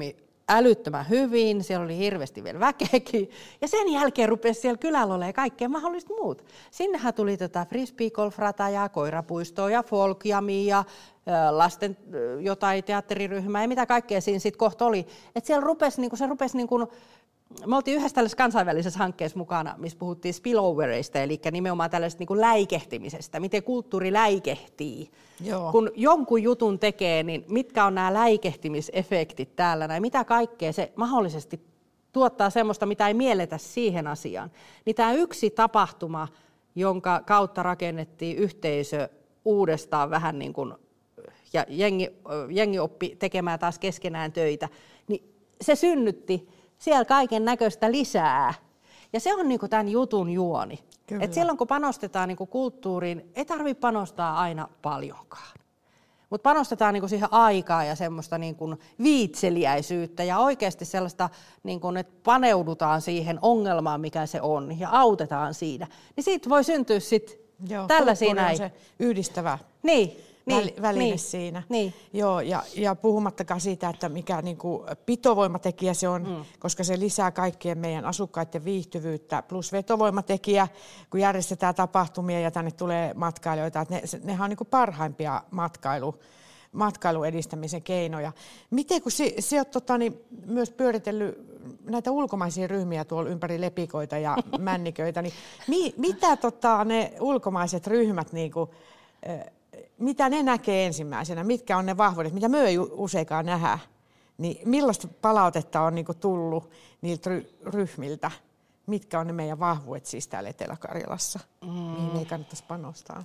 älyttömän hyvin, siellä oli hirveästi vielä väkeäkin. Ja sen jälkeen rupesi siellä kylällä olemaan kaikkea mahdollista muuta. Sinnehän tuli tota frisbee-golfrata ja koirapuistoa ja folkjamia ja lasten jotain teatteriryhmää ja mitä kaikkea siinä sitten kohta oli. Että siellä rupesi, niin kuin, se rupesi niin kuin, me oltiin yhdessä tällaisessa kansainvälisessä hankkeessa mukana, missä puhuttiin spilloverista, eli nimenomaan tällaisesta niin kuin läikehtimisestä, miten kulttuuri läikehtii. Joo. Kun jonkun jutun tekee, niin mitkä on nämä läikehtimisefektit täällä, näin, mitä kaikkea se mahdollisesti tuottaa semmoista, mitä ei mielletä siihen asiaan. Niin tämä yksi tapahtuma, jonka kautta rakennettiin yhteisö uudestaan vähän niin kuin, ja jengi, jengi oppi tekemään taas keskenään töitä, niin se synnytti siellä kaiken näköistä lisää. Ja se on niinku tämän jutun juoni. Et silloin kun panostetaan niinku kulttuuriin, ei tarvitse panostaa aina paljonkaan. Mutta panostetaan niinku siihen aikaa ja semmoista niinku viitseliäisyyttä ja oikeasti sellaista, niinku, että paneudutaan siihen ongelmaan, mikä se on, ja autetaan siinä. Niin siitä voi syntyä sitten tällaisia näin. Se yhdistävä. Niin. Niin, väline niin, siinä. Niin. Joo, ja, ja puhumattakaan siitä, että mikä niinku pitovoimatekijä se on, mm. koska se lisää kaikkien meidän asukkaiden viihtyvyyttä, plus vetovoimatekijä, kun järjestetään tapahtumia ja tänne tulee matkailijoita, että ne, nehän on niinku parhaimpia matkailu, matkailun edistämisen keinoja. Miten kun si, si olet tota, niin, myös pyöritellyt näitä ulkomaisia ryhmiä tuolla ympäri lepikoita ja männiköitä, niin mi, mitä tota, ne ulkomaiset ryhmät niinku, mitä ne näkee ensimmäisenä, mitkä on ne vahvuudet, mitä me ei useinkaan nähdä, niin millaista palautetta on niinku tullut niiltä ryhmiltä, mitkä on ne meidän vahvuudet siis täällä Etelä-Karjalassa, mm. mihin ei kannattaisi panostaa?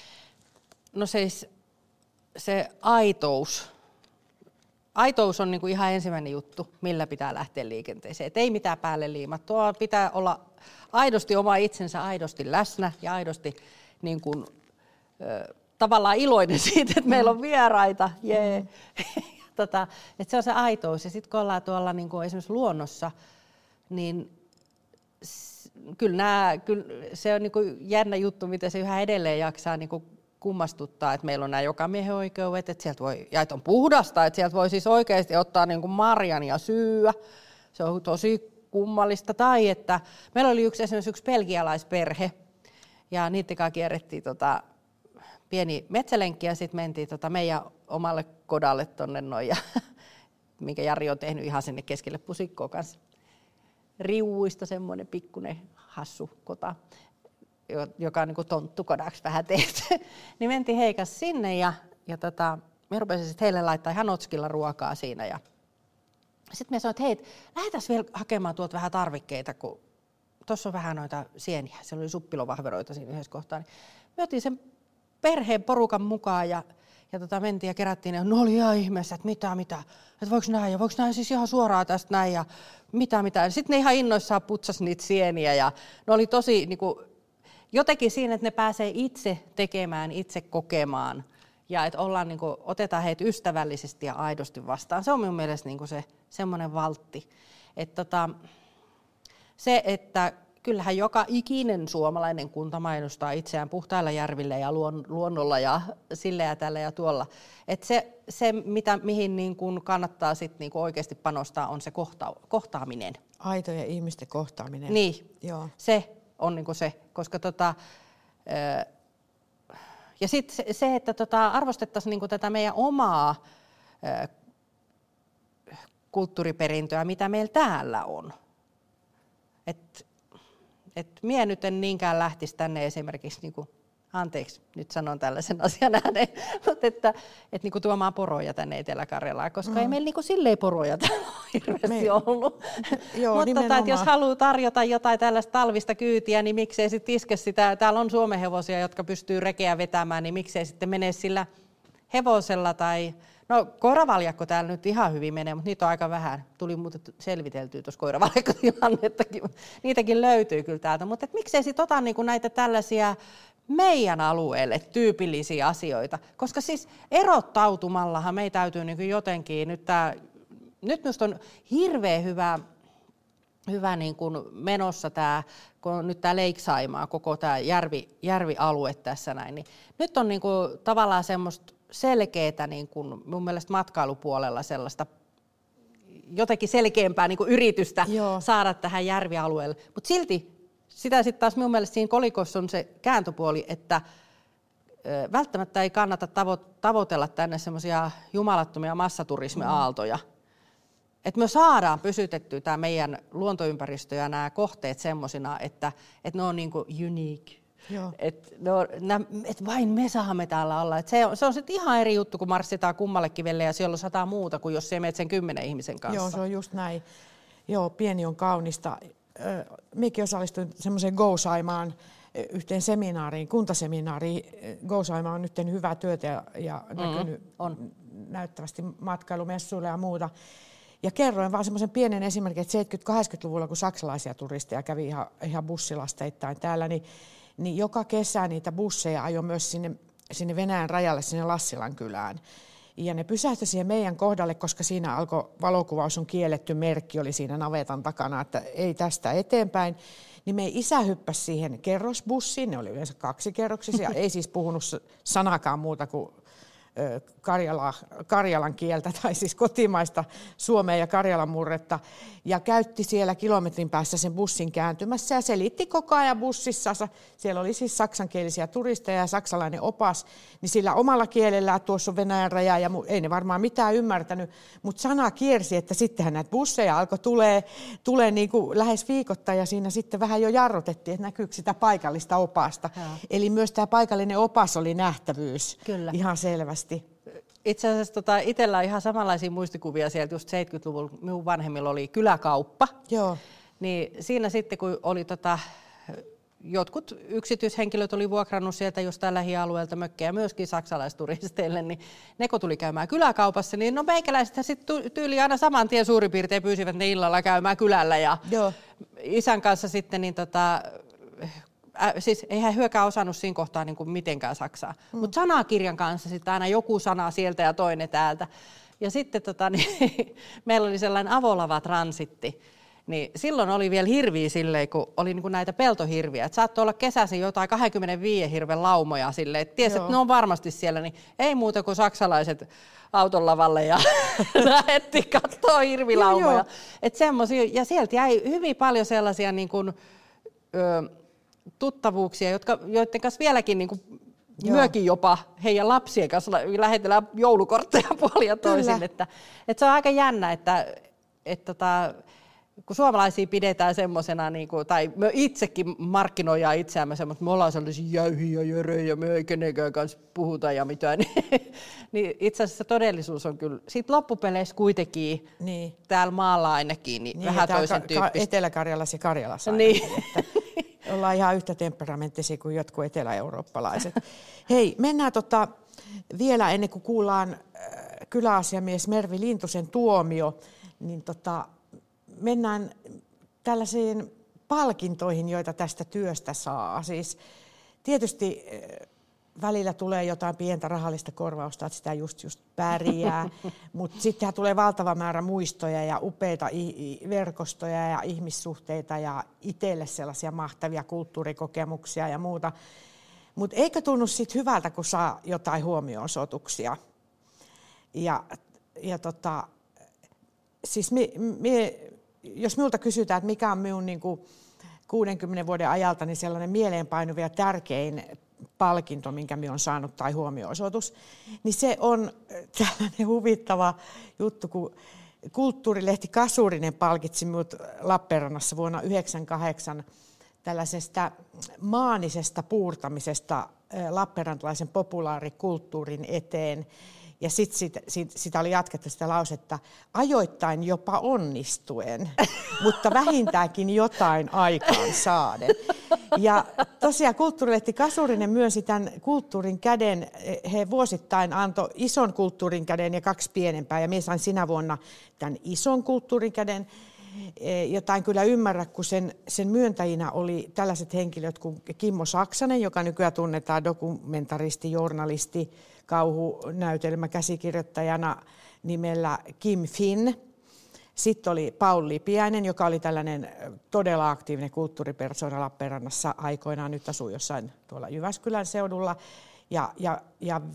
No siis se aitous. Aitous on niinku ihan ensimmäinen juttu, millä pitää lähteä liikenteeseen. Et ei mitään päälle liimattua, pitää olla aidosti oma itsensä, aidosti läsnä ja aidosti niin kuin, ö, tavallaan iloinen siitä, että meillä on vieraita. Jee. Mm. tota, että se on se aitous. Ja sitten kun ollaan tuolla niin kuin esimerkiksi luonnossa, niin s- kyllä, nää, kyllä se on niin kuin jännä juttu, miten se yhä edelleen jaksaa niin kuin kummastuttaa, että meillä on nämä jokamiehen oikeudet, että sieltä voi, ja että on puhdasta, että sieltä voi siis oikeasti ottaa niin kuin marjan ja syyä. Se on tosi kummallista. Tai että meillä oli yksi, esimerkiksi yksi belgialaisperhe, ja niiden kanssa kierrettiin tota, pieni metsälenkki, ja sitten mentiin tota meidän omalle kodalle tuonne noin, ja minkä Jari on tehnyt ihan sinne keskelle pusikkoa kanssa. Riuuista semmoinen pikkuinen hassu kota, joka on niin kuin tonttukodaksi vähän tehty. Niin mentiin heikas sinne, ja, ja tota, me rupesin sitten heille laittaa ihan otskilla ruokaa siinä. Ja sitten me sanoin, että hei, lähdetään vielä hakemaan tuolta vähän tarvikkeita, kun tuossa on vähän noita sieniä. Siellä oli suppilovahveroita siinä yhdessä kohtaa. Niin me otin sen perheen porukan mukaan ja, ja tota, mentiin ja kerättiin. Ja no oli ihan ihmeessä, että mitä, mitä. Että voiko näin ja voiko näin siis ihan suoraan tästä näin ja mitä, mitä. Sitten ne ihan innoissaan putsasi niitä sieniä ja ne oli tosi niin kuin, jotenkin siinä, että ne pääsee itse tekemään, itse kokemaan. Ja että ollaan, niin kuin, otetaan heitä ystävällisesti ja aidosti vastaan. Se on minun mielestä niin kuin se semmoinen valtti. Että tota, se, että kyllähän joka ikinen suomalainen kunta mainostaa itseään puhtailla järvillä ja luon, luonnolla ja sillä ja tällä ja tuolla. Että se, se mitä, mihin niin kuin kannattaa sit niin kuin oikeasti panostaa, on se kohta, kohtaaminen. Aitojen ihmisten kohtaaminen. Niin, joo. Se on niin kuin se, koska tota, ja sitten se, se, että tota, arvostettaisiin niin kuin tätä meidän omaa kulttuuriperintöä, mitä meillä täällä on. Et, et mie nyt en niinkään lähtisi tänne esimerkiksi, niin kuin, anteeksi, nyt sanon tällaisen asian ääneen, mutta että et, niin kuin tuomaan poroja tänne Etelä-Karjalaan, koska mm. ei meillä niin kuin, silleen poroja täällä hirveästi Me... ollut. Joo, mutta tota, että jos haluaa tarjota jotain tällaista talvista kyytiä, niin miksei sitten iske sitä. Täällä on Suomen hevosia, jotka pystyy rekeä vetämään, niin miksei sitten mene sillä hevosella tai... No koiravaljakko täällä nyt ihan hyvin menee, mutta niitä on aika vähän. Tuli muuten selviteltyä tuossa koiravaljakkotilannettakin. Niitäkin löytyy kyllä täältä, mutta miksei sitten ota niinku näitä tällaisia meidän alueelle tyypillisiä asioita. Koska siis erottautumallahan meidän täytyy niinku jotenkin, nyt, tää, nyt minusta on hirveän hyvä, hyvä niinku menossa tämä, kun on nyt tämä Lake Saimaa, koko tämä järvi, järvialue tässä näin. Niin nyt on niinku tavallaan semmoista selkeätä niin kuin mun mielestä matkailupuolella sellaista jotenkin selkeämpää niin kuin yritystä Joo. saada tähän järvialueelle. Mutta silti sitä sitten taas minun mielestä siinä kolikossa on se kääntöpuoli, että ö, välttämättä ei kannata tavo- tavoitella tänne semmoisia jumalattomia massaturismiaaltoja. Mm. Että me saadaan pysytettyä tämä meidän luontoympäristö ja nämä kohteet semmoisina, että, että ne on niinku unique. Että et vain me saamme täällä olla. Et se on, se on sitten ihan eri juttu, kun marssitaan kummalle kivelle ja siellä on sataa muuta kuin jos se menet sen kymmenen ihmisen kanssa. Joo, se on just näin. Joo, pieni on kaunista. Minäkin osallistuin semmoiseen Go Saimaan yhteen seminaariin, kuntaseminaariin. Go Saima on nyt tehnyt hyvää työtä ja, ja mm, näkynyt on. näyttävästi matkailumessuilla ja muuta. Ja kerroin vaan semmoisen pienen esimerkin, että seitsemänkymmentä-kahdeksankymmentäluvulla, kun saksalaisia turisteja kävi ihan, ihan bussilasteittain täällä, niin, niin joka kesä niitä busseja ajoi myös sinne, sinne Venäjän rajalle, sinne Lassilan kylään. Ja ne pysähtyi siihen meidän kohdalle, koska siinä alkoi valokuvaus on kielletty, merkki oli siinä navetan takana, että ei tästä eteenpäin. Niin meidän isä hyppäsi siihen kerrosbussiin, ne oli yleensä kaksikerroksisia, ei siis puhunut sanakaan muuta kuin Karjala, Karjalan kieltä, tai siis kotimaista suomea ja Karjalan murretta, ja käytti siellä kilometrin päässä sen bussin kääntymässä ja selitti koko ajan bussissa. Siellä oli siis saksankielisiä turisteja ja saksalainen opas, niin sillä omalla kielellään tuossa on Venäjän raja, ja ei ne varmaan mitään ymmärtänyt, mutta sana kiersi, että sittenhän näitä busseja alkoi tulee, tulee niin kuin lähes viikoittain, ja siinä sitten vähän jo jarrutettiin, että näkyykö sitä paikallista opasta. Ja. Eli myös tämä paikallinen opas oli nähtävyys. Kyllä. Ihan selvästi. Itse asiassa tota, itsellä on ihan samanlaisia muistikuvia sieltä just seitsemänkymmentäluvulla. Minun vanhemmilla oli kyläkauppa. Joo. Niin siinä sitten, kun oli tota, jotkut yksityishenkilöt oli vuokrannut sieltä jostain lähialueelta mökkejä myöskin saksalaisturisteille, niin ne kun tuli käymään kyläkaupassa, niin no meikäläisethän sitten tyyli aina saman tien suurin piirtein pyysivät ne illalla käymään kylällä. Ja Joo. isän kanssa sitten niin tota... Äh, siis eihän hyökään osannut siinä kohtaa niin kuin mitenkään saksaa, mm. mutta sanakirjan kanssa sitten aina joku sana sieltä ja toinen täältä. Ja sitten tota, niin, meillä oli sellainen avolava transitti, niin silloin oli vielä hirviä silleen, kun oli niin kuin näitä peltohirviä. Että saattoi olla kesäisin jotain kaksikymmentäviisi hirven laumoja silleen, että tiesi, että ne on varmasti siellä, niin ei muuta kuin saksalaiset auton lavalle ja lähdettiin katsoa hirvilaumoja. Et semmosia, ja sieltä jäi hyvin paljon sellaisia niin kuin, ö, tuttavuuksia, jotka, joiden kanssa vieläkin niin kuin myökin jopa heidän lapsien kanssa lähetellään joulukortteja puolin ja toisin. Että, että se on aika jännä, että, että, että kun suomalaisia pidetään semmoisena, niin kuin, tai me itsekin markkinoidaan itseämme semmoista, että me ollaan sellaisia jäyhiä jöröjä, me ei kenenkään kanssa puhuta ja mitään, niin itse asiassa todellisuus on kyllä, siitä loppupeleissä kuitenkin niin. Täällä maalla ainakin niin niin, vähän toisen ka- tyyppistä. Etelä-Karjalassa ja Karjalassa niin. Ollaan ihan yhtä temperamenttisia kuin jotkut etelä-eurooppalaiset. Hei, mennään tota, vielä ennen kuin kuullaan äh, kyläasiamies Mervi Lintusen tuomio, niin tota, mennään tällaisiin palkintoihin, joita tästä työstä saa. Siis tietysti äh, välillä tulee jotain pientä rahallista korvausta, että sitä just, just pärjää, mutta sittenhän tulee valtava määrä muistoja ja upeita verkostoja ja ihmissuhteita ja itselle sellaisia mahtavia kulttuurikokemuksia ja muuta. Mutta eikö tunnu sitten hyvältä, kun saa jotain huomio-osoituksia? Ja, ja tota, siis mi, mi, jos minulta kysytään, että mikä on minun niinku kuudenkymmenen vuoden ajalta niin sellainen mieleenpainuva ja tärkein palkinto, minkä minä olen saanut, tai huomio-osoitus, niin se on tällainen huvittava juttu, kun kulttuurilehti Kasurinen palkitsi minut Lappeenrannassa vuonna yhdeksänkymmentäkahdeksan tällaisesta maanisesta puurtamisesta lappeenrantalaisen populaarikulttuurin eteen. Ja sitten sit, sit, sitä oli jatkettu sitä lausetta, ajoittain jopa onnistuen, mutta vähintäänkin jotain aikaan saaden. Ja tosiaan kulttuurilehti Kasurinen myönsi tämän kulttuurin käden, he vuosittain antoi ison kulttuurin käden ja kaksi pienempää, ja minä sain sinä vuonna tämän ison kulttuurin käden, jota en kyllä ymmärrä, kun sen, sen myöntäjinä oli tällaiset henkilöt kuin Kimmo Saksanen, joka nykyään tunnetaan dokumentaristi, journalisti, kauhunäytelmä käsikirjoittajana nimellä Kim Finn. Sitten oli Paul Lipiäinen, joka oli tällainen todella aktiivinen kulttuuripersona Lappeenrannassa aikoinaan, nyt asuu jossain tuolla Jyväskylän seudulla. Ja, ja, ja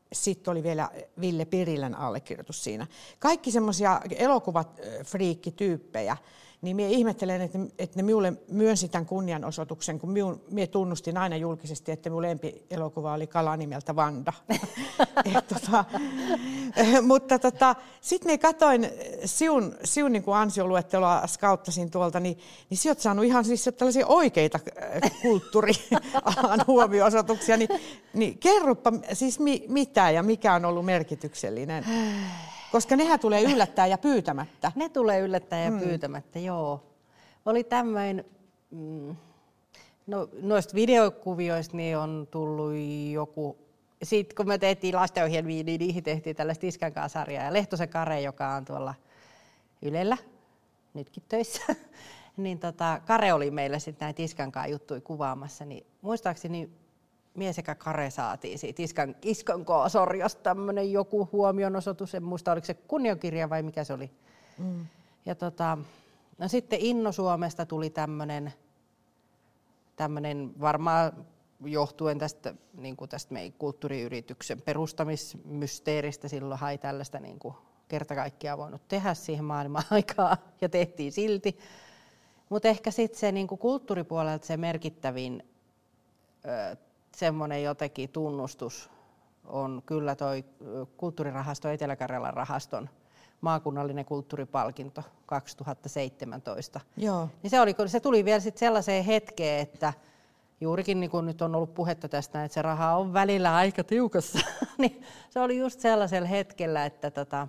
sitten oli vielä Ville Pirilän allekirjoitus siinä. Kaikki semmoisia elokuvat-friikkityyppejä. Niin minä ihmettelen, että, että ne minulle myönsi tämän kunnianosoituksen, kun minun, minä tunnustin aina julkisesti, että minun lempielokuva oli Kala nimeltä Vanda. Et, tota, mutta tota, sitten minä katsoin siun, siun niin kuin ansioluetteloa, skauttasin tuolta, niin, niin sinä olet saanut ihan siis tällaisia oikeita kulttuurialan huomio-osoituksia. Niin, niin kerropa siis mi, mitä ja mikä on ollut merkityksellinen. Koska nehän tulee yllättää ja pyytämättä. Ne tulee yllättää ja mm. pyytämättä, joo. Oli tämmöinen, mm, no noista videokuvioista niin on tullut joku, sitten kun me tehtiin lastenohjelmia, niin niihin tehtiin tällaista Iskän kanssa sarjaa. Ja Lehtosen Kare, joka on tuolla Ylellä, nytkin töissä, niin tota, Kare oli meillä sitten näitä Iskän kanssa juttuja kuvaamassa, niin muistaakseni mie sekä Kare saatiin siitä Iskän, Iskän sorjasta tämmöinen joku huomionosoitus, en muista oliko se kunniakirja vai mikä se oli. Mm. Ja tota, no sitten Inno Suomesta tuli tämmöinen, tämmöinen varmaan johtuen tästä, niin kuin tästä meidän kulttuuriyrityksen perustamismysteeristä, silloin hai tällaista niin kuin kerta kaikkiaan voinut tehdä siihen maailman aikaan ja tehtiin silti. Mutta ehkä sitten se niin kuin kulttuuripuolelta se merkittävin ö, semmoinen jotenkin tunnustus on kyllä toi Kulttuurirahasto, Etelä-Karjalan rahaston maakunnallinen kulttuuripalkinto kaksituhattaseitsemäntoista. Joo. Niin se, oli, se tuli vielä sit sellaiseen hetkeen, että juurikin niin kun nyt on ollut puhetta tästä, että se raha on välillä aika tiukassa, niin se oli just sellaisella hetkellä, että tota,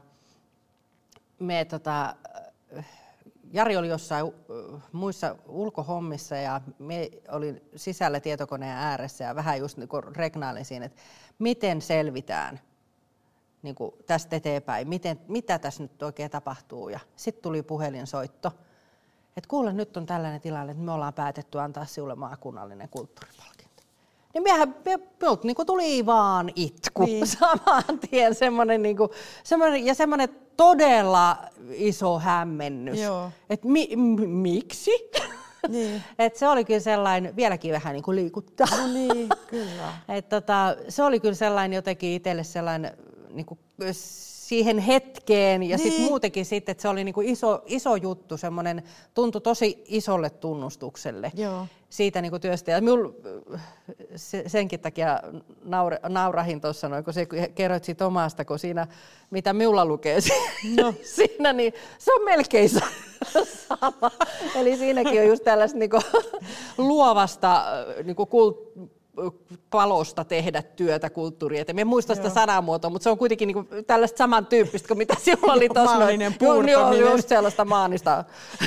me tota, Jari oli jossain muissa ulkohommissa ja me olin sisällä tietokoneen ääressä ja vähän just niin regnailin siinä, että miten selvitään niin kuin tästä eteenpäin, miten, mitä tässä nyt oikein tapahtuu. Ja sitten tuli puhelinsoitto, että kuule, nyt on tällainen tilanne, että me ollaan päätetty antaa sinulle maakunnallinen kulttuuripalkinto. Niin miehän, me, me, niin kuin tuli vaan itku niin. Saman tien semmoinen, niin kuin, semmoinen, ja semmoinen todella iso hämmennys, että mi, m, miksi? Niin. Et se oli kyllä sellainen, vieläkin vähän niin kuin liikuttaa. No niin, kyllä. Et tota, se oli kyllä sellainen jotenkin itselle sellainen niin kuin siihen hetkeen ja niin. Sitten muutenkin sitten, että se oli niin kuin iso, iso juttu, semmoinen tuntui tosi isolle tunnustukselle. Joo. Siitä niin kuin työstä. Ja mul, se, senkin takia naura, naurahin tuossa, kun se kerroit siitä omasta, kun siinä, mitä minulla lukee no. siinä, niin se on melkein sama. Eli siinäkin on just tällaista niin kuin luovasta niin kuin kult, palosta tehdä työtä kulttuuria. En muista sitä sanamuotoa, mutta se on kuitenkin niinku tällaista samantyyppistä kuin mitä sinulla oli tuossa. Maaninen puurtaminen. Joo, just sellaista maanista,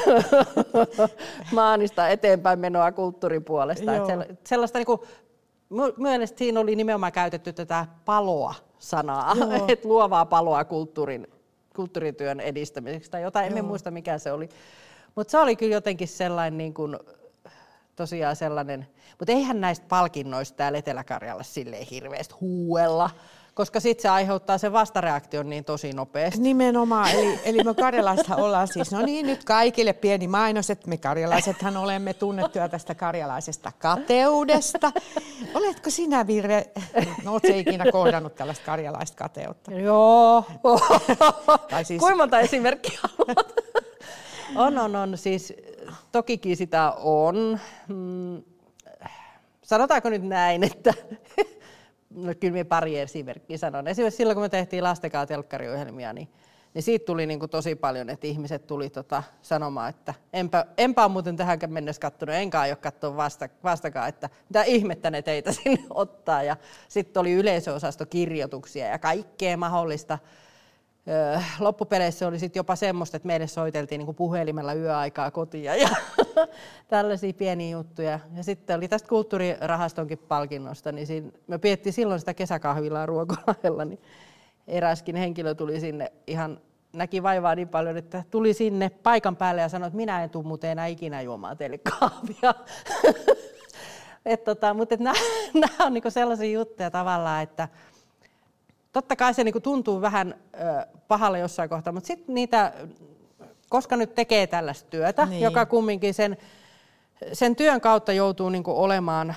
maanista eteenpäin menoa kulttuurin puolesta. Et sellaista niinku, mielestäni siinä oli nimenomaan käytetty tätä paloa-sanaa, että luovaa paloa kulttuurin, kulttuurityön edistämiseksi tai jotain, emme muista mikä se oli. Mutta se oli kyllä jotenkin sellainen niin kuin, tosiaan sellainen, mutta eihän näistä palkinnoista täällä Etelä-Karjalassa silleen hirveästi huuella, koska sitten se aiheuttaa sen vastareaktion niin tosi nopeasti. Nimenomaan, eli, eli me karjalaisethan ollaan siis, no niin, nyt kaikille pieni mainos, että me karjalaisethan olemme tunnettuja tästä karjalaisesta kateudesta. Oletko sinä, Virre, no ootko ikinä kohdannut tällaista karjalaista kateutta? Joo. Siis... Kuinka monta esimerkkiä haluat? On, on, on. Siis tokikin sitä on. Hmm. Sanotaanko nyt näin, että no kyllä minä pari esimerkkiä sanon. Esimerkiksi silloin, kun me tehtiin lastenkaan telkkariohjelmia, niin, niin siitä tuli niin kuin tosi paljon, että ihmiset tuli tota sanomaan, että enpä, enpä ole muuten tähänkään mennessä kattonut, enkä aio katsoa vasta, vastakaan, että mitä ihmettä ne teitä sinne ottaa. Ja sitten oli yleisöosastokirjoituksia ja kaikkea mahdollista. Loppupeleissä oli sit jopa semmoista, että meille soiteltiin niinku puhelimella yöaikaa kotia ja tällaisia pieniä juttuja. Ja sitten oli tästä kulttuurirahastonkin palkinnosta, niin siinä, me piettiin silloin sitä kesäkahvilaa Ruokolahdella, niin eräskin henkilö tuli sinne ihan, näki vaivaa niin paljon, että tuli sinne paikan päälle ja sanoi, että minä en tule muuten enää ikinä juomaan teille kahvia. et tota, mutta et nämä, nämä on niinku sellaisia juttuja tavallaan, että totta kai se niinku tuntuu vähän ö, pahalle jossain kohtaa, mutta sitten niitä, koska nyt tekee tällaista työtä, niin. joka kumminkin sen, sen työn kautta joutuu niinku olemaan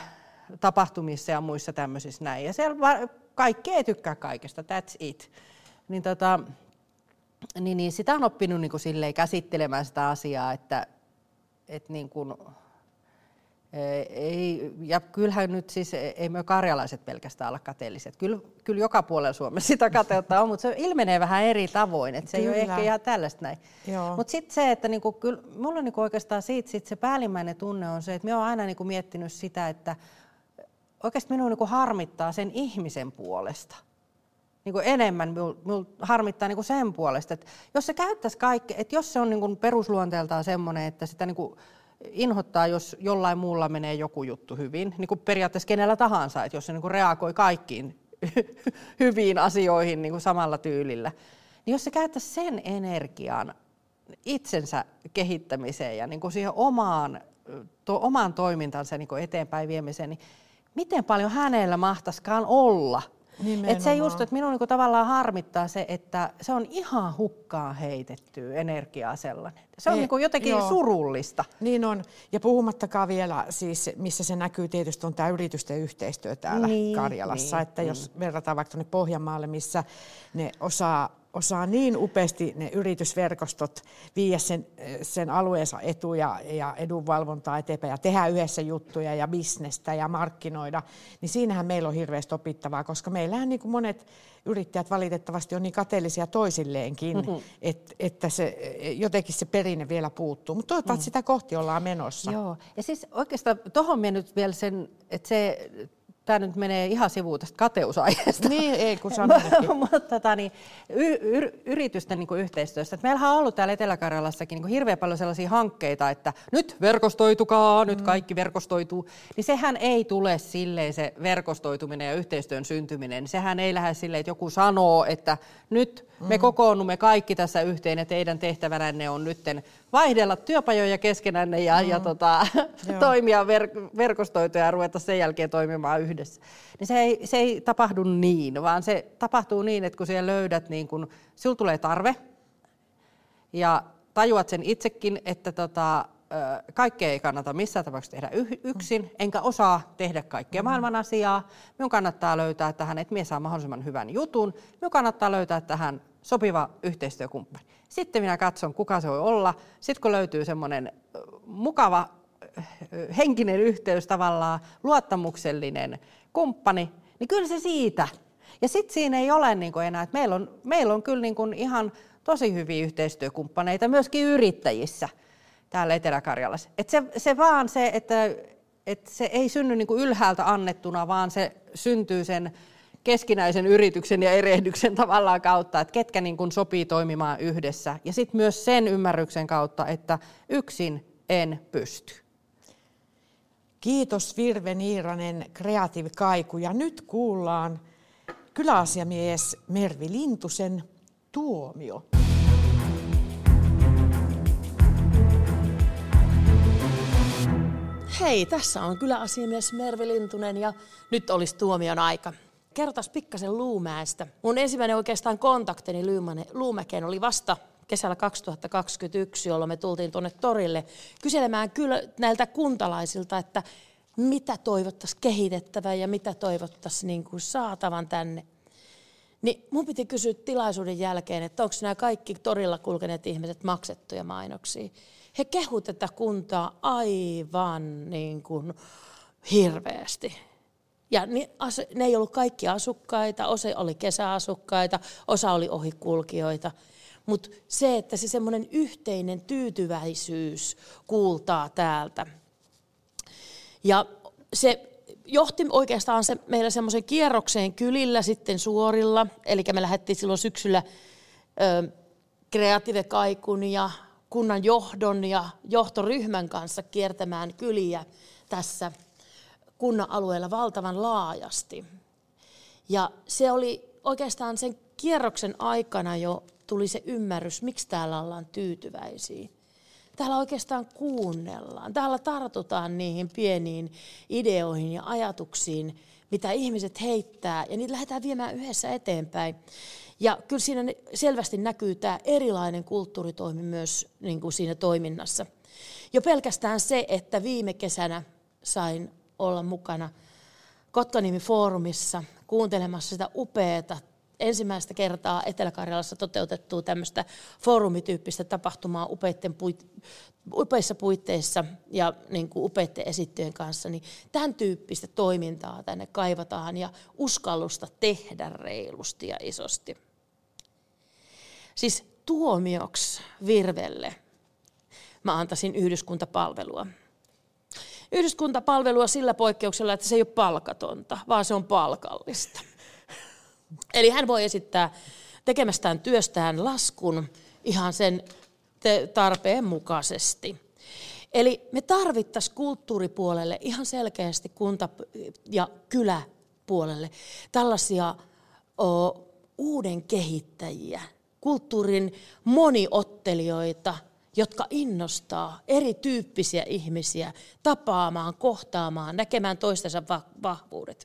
tapahtumissa ja muissa tämmöisissä näin. Ja siellä va- kaikki ei tykkää kaikesta, that's it. Niin, tota, niin, niin sitä on oppinut niin kuin silleen käsittelemään sitä asiaa, että et niin kuin, ei, ja kyllähän nyt siis ei me karjalaiset pelkästään olla kateelliset. Kyllä, kyllä joka puolella Suomessa sitä kateutta on, mutta se ilmenee vähän eri tavoin. Että se kyllä. Ei ole ehkä ihan tällaista näin. Mutta sitten se, että niinku, kyllä, mulla on niinku oikeastaan siitä sit se päällimmäinen tunne on se, että minä olen aina niinku miettinyt sitä, että oikeasti minua niinku harmittaa sen ihmisen puolesta. Niinku enemmän minua mul harmittaa niinku sen puolesta, että jos se käyttäisi kaikki, että jos se on niinku perusluonteeltaan semmoinen, että sitä niinku inhottaa, jos jollain muulla menee joku juttu hyvin, niin kuin periaatteessa kenellä tahansa, että jos se niin kuin reagoi kaikkiin hyviin asioihin niin kuin samalla tyylillä, niin jos se käyttäisi sen energian itsensä kehittämiseen ja niin kuin siihen omaan, to, omaan toimintansa niin kuin eteenpäin viemiseen, niin miten paljon hänellä mahtaisikaan olla? Että se just, että minun niinku tavallaan harmittaa se, että se on ihan hukkaan heitettyä energiaa sellainen. Se on Ei, niinku jotenkin joo. surullista. Niin on. Ja puhumattakaan vielä, siis, missä se näkyy tietysti on tämä yritysten yhteistyö täällä niin, Karjalassa. Niin, että niin. Jos verrataan vaikka tuonne Pohjanmaalle, missä ne osaa, osaa niin upeasti ne yritysverkostot viiä sen, sen alueensa etuja ja edunvalvontaa eteenpäin ja tehdä yhdessä juttuja ja bisnestä ja markkinoida, niin siinähän meillä on hirveästi opittavaa, koska meillähän niin kuin monet yrittäjät valitettavasti on niin kateellisia toisilleenkin, mm-hmm. että, että se, jotenkin se perinne vielä puuttuu. Mutta toivottavasti mm. sitä kohti ollaan menossa. Joo, ja siis oikeastaan tuohon minä nyt vielä sen, että se... Tämä nyt menee ihan sivuun tästä kateusaiheesta. Niin, ei kun sanoinkin. Mutta tota, niin, y- y- yritysten niin kuin yhteistyöstä. Et meillähän on ollut täällä Etelä-Karjalassakin niin kuin hirveän paljon sellaisia hankkeita, että nyt verkostoitukaa, mm. nyt kaikki verkostoituu. Niin sehän ei tule silleen se verkostoituminen ja yhteistyön syntyminen. Sehän ei lähde silleen, että joku sanoo, että nyt me mm. kokoonnumme kaikki tässä yhteen ja teidän tehtävänänne on nytten vaihdella työpajoja keskenänne ja, mm. ja tota, toimia ver- verkostoituja ja ruveta sen jälkeen toimimaan yhdessä. Niin se ei, se ei tapahdu niin, vaan se tapahtuu niin, että kun siellä löydät, niin kun, sinulla tulee tarve ja tajuat sen itsekin, että tota, kaikkea ei kannata missään tapauksessa tehdä yksin, enkä osaa tehdä kaikkea maailman asiaa. Minun kannattaa löytää tähän, että minä saan mahdollisimman hyvän jutun. Minun kannattaa löytää tähän sopiva yhteistyökumppani. Sitten minä katson, kuka se voi olla. Sitten kun löytyy semmoinen mukava henkinen yhteys tavallaan, luottamuksellinen kumppani, niin kyllä se siitä. Ja sitten siinä ei ole niin kuin enää, että meillä on, meillä on kyllä niin kuin ihan tosi hyviä yhteistyökumppaneita myöskin yrittäjissä täällä Etelä-Karjalassa. Et se, se vaan se, että, että se ei synny niin kuin ylhäältä annettuna, vaan se syntyy sen keskinäisen yrityksen ja erehdyksen tavallaan kautta, että ketkä niin kuin sopii toimimaan yhdessä. Ja sitten myös sen ymmärryksen kautta, että yksin en pysty. Kiitos Virve Niiranen, Creative Kaiku. Ja nyt kuullaan kyläasiamies Mervi Lintusen tuomio. Hei, tässä on kyläasiamies Mervi Lintunen ja nyt olisi tuomion aika. Kerrotas pikkasen Luumäestä. Mun ensimmäinen oikeastaan kontaktini Luumäkeen oli vasta kesällä kaksituhattakaksikymmentäyksi, jolloin me tultiin tuonne torille kyselemään kyllä näiltä kuntalaisilta, että mitä toivottaisiin kehitettävän ja mitä toivottaisiin niin kuin saatavan tänne. Niin mun piti kysyä tilaisuuden jälkeen, että onko nämä kaikki torilla kulkeneet ihmiset maksettuja mainoksia. He kehuivat tätä kuntaa aivan niin kuin hirveästi. Ja ne ei ollut kaikki asukkaita, osa oli kesäasukkaita, osa oli ohikulkijoita. Mutta se, että se semmoinen yhteinen tyytyväisyys kuultaa täältä. Ja se johti oikeastaan se, meillä semmoisen kierrokseen kylillä sitten suorilla. Eli me lähdettiin silloin syksyllä ö, Creative Kaikun ja kunnan johdon ja johtoryhmän kanssa kiertämään kyliä tässä kunnan alueella valtavan laajasti. Ja se oli oikeastaan sen kierroksen aikana jo tuli se ymmärrys, miksi täällä ollaan tyytyväisiä. Täällä oikeastaan kuunnellaan. Täällä tartutaan niihin pieniin ideoihin ja ajatuksiin, mitä ihmiset heittää, ja niitä lähdetään viemään yhdessä eteenpäin. Ja kyllä siinä selvästi näkyy tämä erilainen kulttuuritoimi myös niin kuin siinä toiminnassa. Jo pelkästään se, että viime kesänä sain olla mukana Kotkaniemi-foorumissa kuuntelemassa sitä upeata ensimmäistä kertaa Etelä-Karjalassa toteutettua tämmöistä foorumityyppistä tapahtumaa upeitten puit, upeissa puitteissa ja niin kuin upeitten esittyjen kanssa, niin tämän tyyppistä toimintaa tänne kaivataan ja uskallusta tehdä reilusti ja isosti. Siis tuomioksi Virvelle mä antaisin yhdyskuntapalvelua. Yhdyskuntapalvelua sillä poikkeuksella, että se ei ole palkatonta, vaan se on palkallista. Eli hän voi esittää tekemästään työstään laskun ihan sen tarpeen mukaisesti. Eli me tarvittaisiin kulttuuripuolelle ihan selkeästi kunta- ja kyläpuolelle tällaisia o, uuden kehittäjiä, kulttuurin moniottelijoita, jotka innostaa erityyppisiä ihmisiä tapaamaan, kohtaamaan, näkemään toistensa vahvuudet.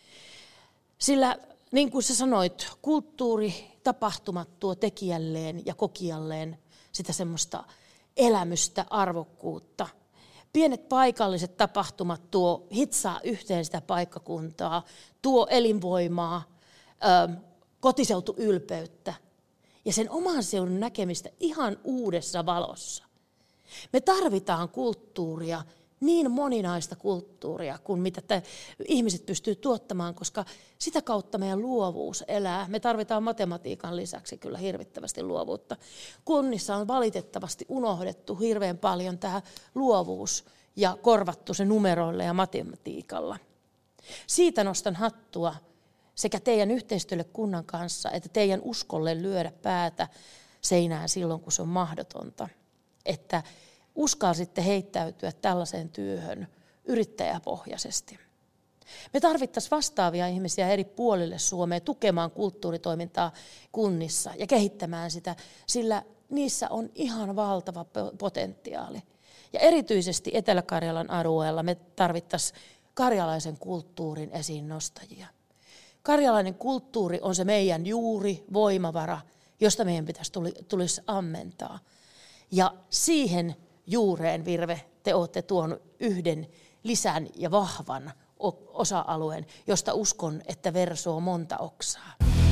Sillä niin kuin sä sanoit, kulttuuritapahtumat tuo tekijälleen ja kokijalleen sitä semmoista elämystä, arvokkuutta. Pienet paikalliset tapahtumat tuo hitsaa yhteen sitä paikkakuntaa, tuo elinvoimaa, kotiseutuylpeyttä ja sen oman seudun näkemistä ihan uudessa valossa. Me tarvitaan kulttuuria, niin moninaista kulttuuria kuin mitä te, ihmiset pystyy tuottamaan, koska sitä kautta meidän luovuus elää. Me tarvitaan matematiikan lisäksi kyllä hirvittävästi luovuutta. Kunnissa on valitettavasti unohdettu hirveän paljon tämä luovuus ja korvattu se numeroilla ja matematiikalla. Siitä nostan hattua sekä teidän yhteistyölle kunnan kanssa että teidän uskolle lyödä päätä seinään silloin, kun se on mahdotonta. Että uskalsitte heittäytyä tällaiseen työhön yrittäjäpohjaisesti. Me tarvittaisiin vastaavia ihmisiä eri puolille Suomea tukemaan kulttuuritoimintaa kunnissa ja kehittämään sitä, sillä niissä on ihan valtava potentiaali. Ja erityisesti Etelä-Karjalan alueella me tarvittaisiin karjalaisen kulttuurin esiin nostajia. Karjalainen kulttuuri on se meidän juuri voimavara, josta meidän pitäisi tulisi ammentaa. Ja siihen juureen, Virve, te olette tuonut yhden lisän ja vahvan osa-alueen, josta uskon, että versoo monta oksaa.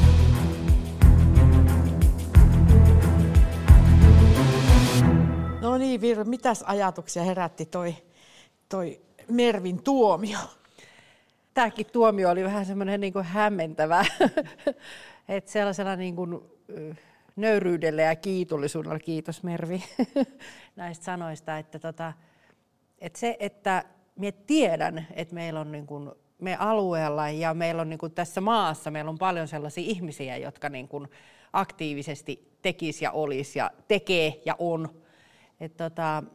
No niin, Virve, mitäs ajatuksia herätti toi, toi Mervin tuomio? Tämäkin tuomio oli vähän semmoinen niin kuin hämmentävä, että sellaisella niin kuin nöyryydellä ja kiitollisuudella, kiitos Mervi näistä sanoista, että, tota, että se, että minä tiedän, että meillä on niin kuin, me alueella ja meillä on niin kuin tässä maassa, meillä on paljon sellaisia ihmisiä, jotka niin kuin aktiivisesti tekisi ja olisi ja tekee ja on. Että tota,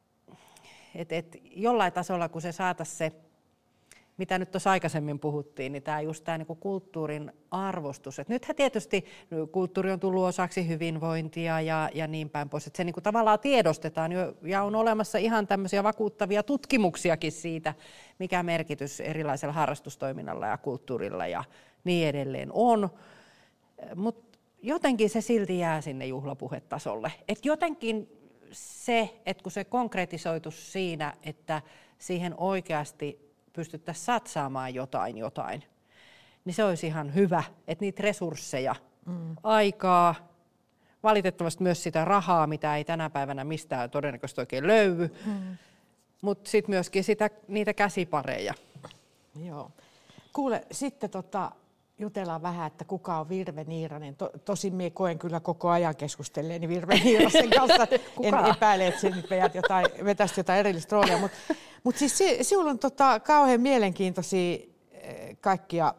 et, et jollain tasolla, kun se saataisiin se, mitä nyt tuossa aikaisemmin puhuttiin, niin tämä just tämä niinku kulttuurin arvostus. Et nythän tietysti kulttuuri on tullut osaksi hyvinvointia ja, ja niin päin pois, että se niinku tavallaan tiedostetaan jo, ja on olemassa ihan tämmöisiä vakuuttavia tutkimuksiakin siitä, mikä merkitys erilaisella harrastustoiminnalla ja kulttuurilla ja niin edelleen on. Mutta jotenkin se silti jää sinne juhlapuhetasolle. Et jotenkin se, että kun se konkretisoitus siinä, että siihen oikeasti pystyttäisiin satsaamaan jotain jotain, niin se olisi ihan hyvä, että niitä resursseja, mm. aikaa, valitettavasti myös sitä rahaa, mitä ei tänä päivänä mistään todennäköisesti oikein löydy, mm. mutta sitten myöskin sitä, niitä käsipareja. Joo. Kuule, sitten tota, jutellaan vähän, että kuka on Virve Niiranen. To, tosin minä koen kyllä koko ajan keskustelleeni Virve Niirasen kanssa. En epäile, että se nyt vedät jotain, vetäisi jotain erillistä roolia. Mutta mut siis sinulla on tota, kauhean mielenkiintoisia kaikkia,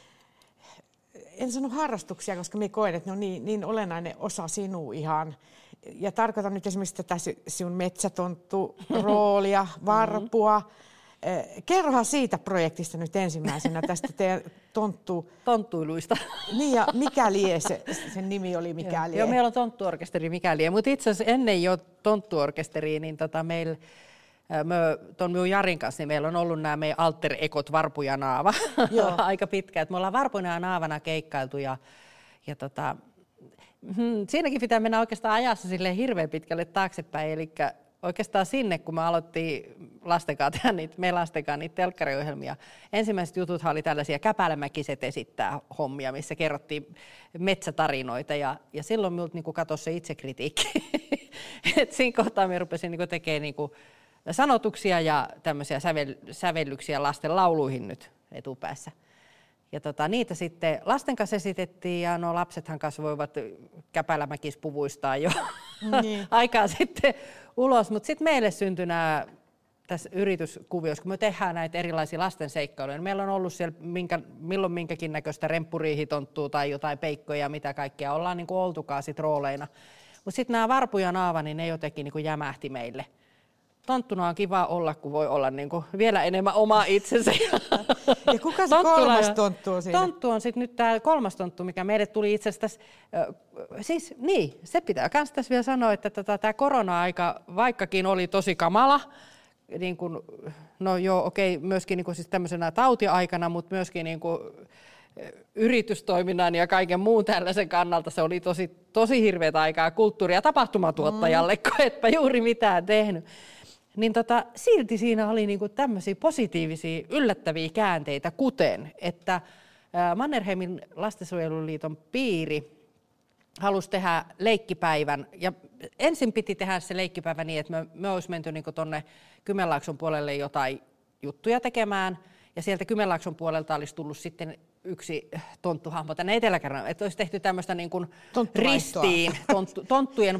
en sano harrastuksia, koska minä koen, että ne on niin, niin olennainen osa sinua ihan. Ja tarkoitan nyt esimerkiksi tätä sinun metsätonttu-roolia, varpua. Kerrohan siitä projektista nyt ensimmäisenä, tästä teidän tonttu... tonttuiluista. Niin, ja mikä lie, se, sen nimi oli mikä lie. Joo, meillä on tonttuorkesteri mikä lie, mutta itse asiassa ennen jo tonttuorkesteria, niin tota meillä, me, ton minun Jarin kanssa, niin meillä on ollut nämä meidän alter-ekot Varpu ja Naava aika pitkään. Et me ollaan Varpuna ja Naavana keikkailtu ja, ja tota, hmm, siinäkin pitää mennä oikeastaan ajassa silleen hirveän pitkälle taaksepäin, eli oikeastaan sinne, kun me aloittiin lasten kanssa tehdä niitä, me lasten kanssa niitä telkkariohjelmia. Ensimmäiset jututhan oli tällaisia Käpälämäkiset esittää hommia, missä kerrottiin metsätarinoita ja, ja silloin minulta niin katosi se itsekritiikki. Et siinä kohtaa me rupesin niin tekemään niin sanotuksia ja tämmöisiä sävel, sävellyksiä lasten lauluihin nyt etupäässä. Ja tota, niitä sitten lasten kanssa esitettiin ja no lapsethan kasvoivat Käpälämäkispuvuistaan jo niin. aikaa sitten ulos. Mutta sitten meille syntyi nämä tässä yrityskuviossa, kun me tehdään näitä erilaisia lasten seikkailuja. Meillä on ollut siellä minkä, milloin minkäkin näköistä remppuriihitonttua tai jotain peikkoja, mitä kaikkea ollaan niin kuin oltukaan sit rooleina. Mutta sitten nämä Varpu ja Naava, niin ne jotenkin niin kuin jämähti meille. Tonttuna on kiva olla, kun voi olla niin kuin vielä enemmän oma itsensä. Ja kuka se kolmas tonttu on siinä? Tonttu on sitten nyt tämä kolmas tonttu, mikä meille tuli itse asiassa tässä, siis niin, se pitää myös tässä vielä sanoa, että tota, tämä korona-aika, vaikkakin oli tosi kamala, niin kuin, no joo, okei, myöskin niin kuin siis tämmöisenä tautiaikana, mutta myöskin niin kuin yritystoiminnan ja kaiken muun tällaisen kannalta se oli tosi, tosi hirveätä aikaa kulttuuri- ja tapahtumatuottajalle, mm. kun etpä juuri mitään tehnyt. Niin tota, silti siinä oli niinku tämmöisiä positiivisia, yllättäviä käänteitä, kuten että Mannerheimin lastensuojeluliiton piiri halusi tehdä leikkipäivän. Ja ensin piti tehdä se leikkipäivä niin, että me, me olisi menty niinku tuonne Kymenlaakson puolelle jotain juttuja tekemään. Ja sieltä Kymenlaakson puolelta olisi tullut sitten yksi tonttuhahmo tänne Etelä-Karjalaan, että olisi tehty tämmöistä niin kuin ristiin, tonttu, tonttujen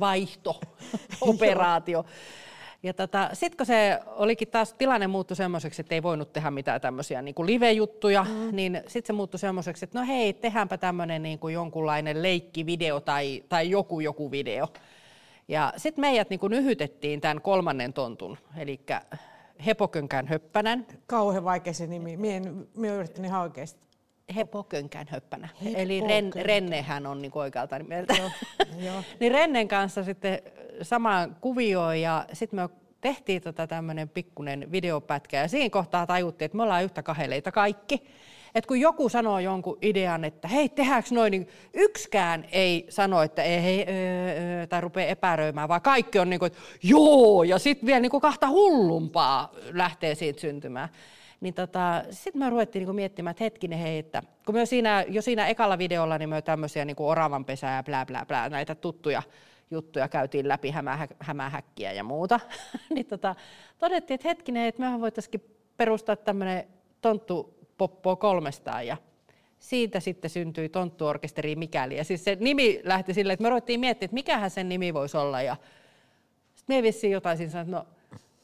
vaihto-operaatio. Ja tota, sitten kun se olikin taas, tilanne muuttui semmoiseksi, että ei voinut tehdä mitään tämmöisiä niin kuin live-juttuja, mm. niin sitten se muuttui semmoiseksi, että no hei, tehdäänpä tämmöinen niin kuin jonkunlainen leikkivideo tai, tai joku joku video. Ja sitten meidät niin kuin yhytettiin tämän kolmannen tontun, eli Hepokönkään höppänän. Kauhean vaikea se nimi, mie en yrittänyt ihan oikeasti. Hepokönkään höppänä. Hepo Eli Ren, Rennehän on niin oikealta nimeltä. Joo, jo. Niin Rennen kanssa sitten samaan kuvioon ja sitten me tehtiin tota tämmöinen pikkunen videopätkä ja siinä kohtaa tajuttiin, että me ollaan yhtä kaheleita kaikki. Että kun joku sanoo jonkun idean, että hei, tehdäänkö noin, niin yksikään ei sano, että ei, hei, öö, tai rupeaa epäröimään, vaan kaikki on niin kuin, että joo, ja sitten vielä niin kuin kahta hullumpaa lähtee siitä syntymään. Niin tota, sitten me ruvettiin niin kuin miettimään, että hetkinen hei, että kun me siinä, jo siinä ekalla videolla niin me tämmöisiä niin kuin oravanpesää ja blää blää blää, näitä tuttuja juttuja käytiin läpi, hämä, hämähäkkiä ja muuta, niin tota, todettiin, että hetkinen, että mehän voitaisiin perustaa tämmöinen tonttu Poppo kolmestaan ja siitä sitten syntyi Tonttuorkesteri Mikäli. Ja siis se nimi lähti silleen, että me ruvettiin miettimään, että mikähän sen nimi voisi olla. Ja sitten me vissiin jotain siinä sanoin, että no,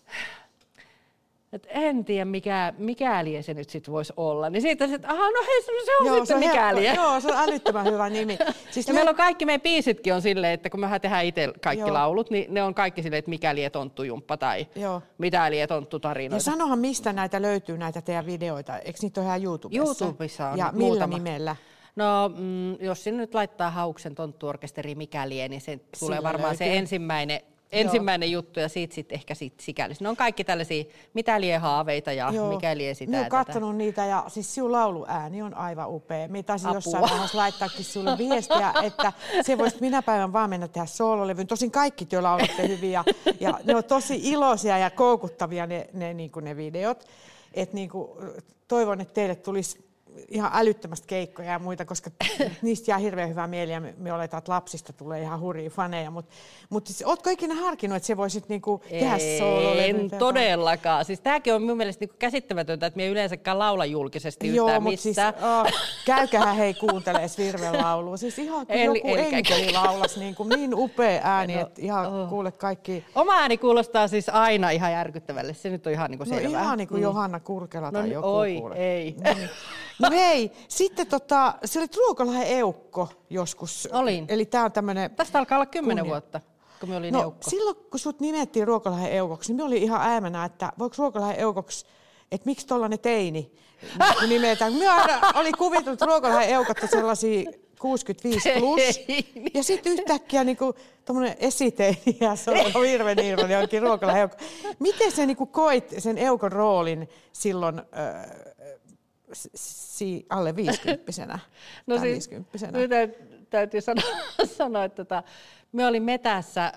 että en tiedä mikä, mikäliä se nyt sitten voisi olla. Niin siitä sitten, että aha, no hei, se on joo, sitten se mikäliä. Joo, se on älyttömän hyvä nimi. Siis ja me... meillä on kaikki meidän biisitkin on silleen, että kun me tehdään itse kaikki joo. laulut, niin ne on kaikki silleen, että mikäliä tonttujumppa tai joo. mitäliä tonttutarinoita. Ja sanohan, mistä näitä löytyy näitä teidän videoita? Eikö niitä ole ihan YouTubessa? YouTubessa on ja muutama. Millä nimellä? No, mm, jos sinne nyt laittaa Hauksen Tonttuorkesteri Mikäliä, niin se tulee Sillä varmaan löytyy. se ensimmäinen... Ensimmäinen juttu ja siitä sitten ehkä sit sikäli. Ne on kaikki tällaisia mitä lie haaveita ja joo. mikä lie sitä. Minä olen katsonut niitä ja siis sinun lauluääni on aivan upea. Minä taisin Apua. jossain vaiheessa laittaakin sinulle viestiä, että se voisit minä päivän vaan mennä tehdä soololevyn. Tosin kaikki työ laulatte hyvin ja, ja ne on tosi iloisia ja koukuttavia ne, ne, niin kuin ne videot. Et niin kuin, toivon, että teille tulisi ihan älyttömästi keikkoja ja muita, koska niistä jää hirveän hyvää mieli ja me, me oletaan, että lapsista tulee ihan hurjia faneja. Mutta mut siis, ootko ikinä harkinnut, että se voisit niinku tehdä soololevyn? En todellakaan. Siis tämäkin on minun mielestä niinku käsittämätöntä, että me ei yleensäkään laula julkisesti Joo, yhtään missään. Siis, oh, käykähän hei kuuntelee Svirven laulua. Siis ihan kuin joku enkeli laulas niin, kuin niin upea ääni, no, että ihan oh. kuulet kaikki. Oma ääni kuulostaa siis aina ihan järkyttävälle. Se nyt on ihan niinku selvää. No ihan niin kuin mm. Johanna Kurkela tai no, joku oi, kuule. ei. No hei, sitten tota, se oli Ruokolahden Eukko joskus. Olin. Eli tää on tämmönen... Tästä alkaa olla kymmenen vuotta, kun me olin no, Eukko. Silloin, kun sut nimettiin Ruokolahden Eukoksi, niin me oli ihan äämänä, että voiko Ruokolahden Eukoksi, että miksi tollainen teini nimetään. Me oli kuvitellut Ruokolahden Eukot sellaisia kuusikymmentäviisi plus. Ja sitten yhtäkkiä niinku tommonen esiteini ja se on hirveän irvoni onkin Ruokolahden Eukko. Miten sä niinku koit sen Eukon roolin silloin... Öö, Si- alle viisikymppisenä. No siis, nyt täytyy sanoa, sanoa että tota, me olin metässä